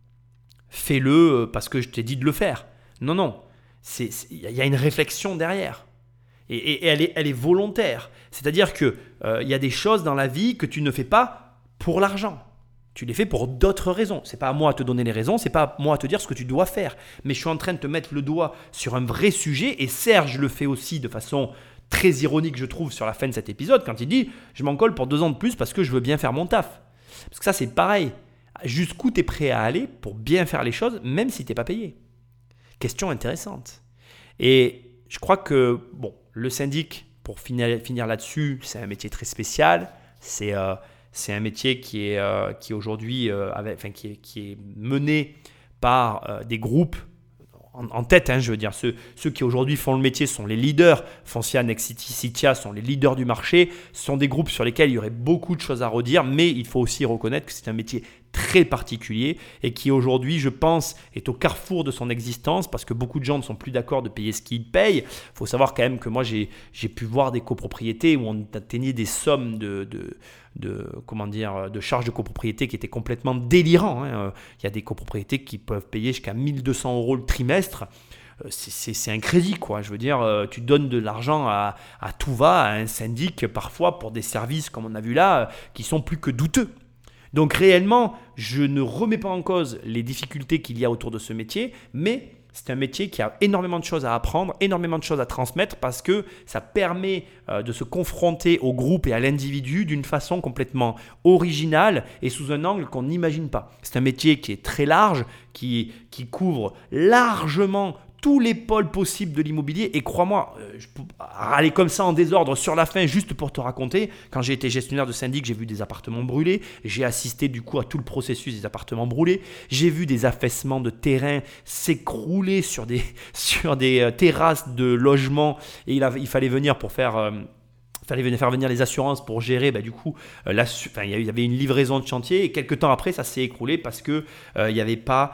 fais-le parce que je t'ai dit de le faire. Non, non. Il y a une réflexion derrière. Et elle est volontaire. C'est-à-dire qu'il y a des choses dans la vie que tu ne fais pas pour l'argent. Tu les fais pour d'autres raisons. Ce n'est pas à moi à te donner les raisons, ce n'est pas à moi à te dire ce que tu dois faire. Mais je suis en train de te mettre le doigt sur un vrai sujet. Et Serge le fait aussi de façon très ironique, je trouve, sur la fin de cet épisode, quand il dit « Je m'en colle pour 2 ans de plus parce que je veux bien faire mon taf ». Parce que ça, c'est pareil. Jusqu'où tu es prêt à aller pour bien faire les choses, même si tu n'es pas payé ? Question intéressante. Et je crois que le syndic, pour finir là-dessus, c'est un métier très spécial. C'est un métier qui est aujourd'hui qui est mené par des groupes en tête. Hein, je veux dire, ceux qui aujourd'hui font le métier sont les leaders. Foncia, Nexity, Citia sont les leaders du marché. Ce sont des groupes sur lesquels il y aurait beaucoup de choses à redire, mais il faut aussi reconnaître que c'est un métier très particulier et qui aujourd'hui, je pense, est au carrefour de son existence parce que beaucoup de gens ne sont plus d'accord de payer ce qu'ils payent. Il faut savoir quand même que moi, j'ai pu voir des copropriétés où on atteignait des sommes de charges de copropriété qui étaient complètement délirants. Hein. Il y a des copropriétés qui peuvent payer jusqu'à 1 200 € le trimestre. C'est un crédit, quoi. Je veux dire, tu donnes de l'argent à tout va, à un syndic, parfois pour des services, comme on a vu là, qui sont plus que douteux. Donc réellement, je ne remets pas en cause les difficultés qu'il y a autour de ce métier, mais c'est un métier qui a énormément de choses à apprendre, énormément de choses à transmettre parce que ça permet de se confronter au groupe et à l'individu d'une façon complètement originale et sous un angle qu'on n'imagine pas. C'est un métier qui est très large, qui couvre largement tous les pôles possibles de l'immobilier et crois-moi, je peux aller comme ça en désordre sur la fin juste pour te raconter, quand j'ai été gestionnaire de syndic, j'ai vu des appartements brûlés, j'ai assisté du coup à tout le processus des appartements brûlés, j'ai vu des affaissements de terrain s'écrouler sur des terrasses de logements et il fallait venir pour faire venir les assurances pour gérer, du coup, il y avait une livraison de chantier et quelques temps après, ça s'est écroulé parce que il n'y avait pas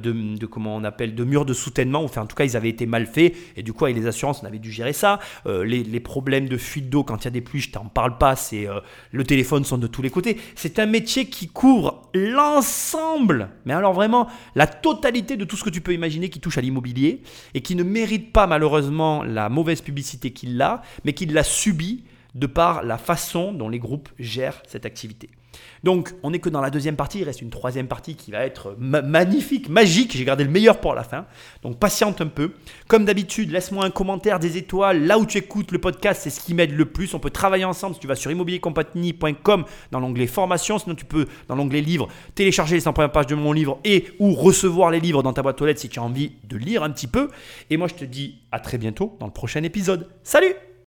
de mur de soutènement, enfin en tout cas, ils avaient été mal faits et du coup, avec les assurances, on avait dû gérer ça. Les problèmes de fuite d'eau quand il y a des pluies, je t'en parle pas, le téléphone sonne de tous les côtés. C'est un métier qui couvre l'ensemble, mais alors vraiment la totalité de tout ce que tu peux imaginer qui touche à l'immobilier et qui ne mérite pas malheureusement la mauvaise publicité qu'il a, mais qu'il l'a subi de par la façon dont les groupes gèrent cette activité. Donc, on n'est que dans la 2e partie, il reste une 3e partie qui va être magnifique, magique, j'ai gardé le meilleur pour la fin, donc patiente un peu. Comme d'habitude, laisse-moi un commentaire, des étoiles, là où tu écoutes le podcast, c'est ce qui m'aide le plus, on peut travailler ensemble si tu vas sur immobiliercompagnie.com dans l'onglet formation, sinon tu peux dans l'onglet livres télécharger les 100 premières pages de mon livre et ou recevoir les livres dans ta boîte aux lettres si tu as envie de lire un petit peu. Et moi je te dis à très bientôt dans le prochain épisode. Salut!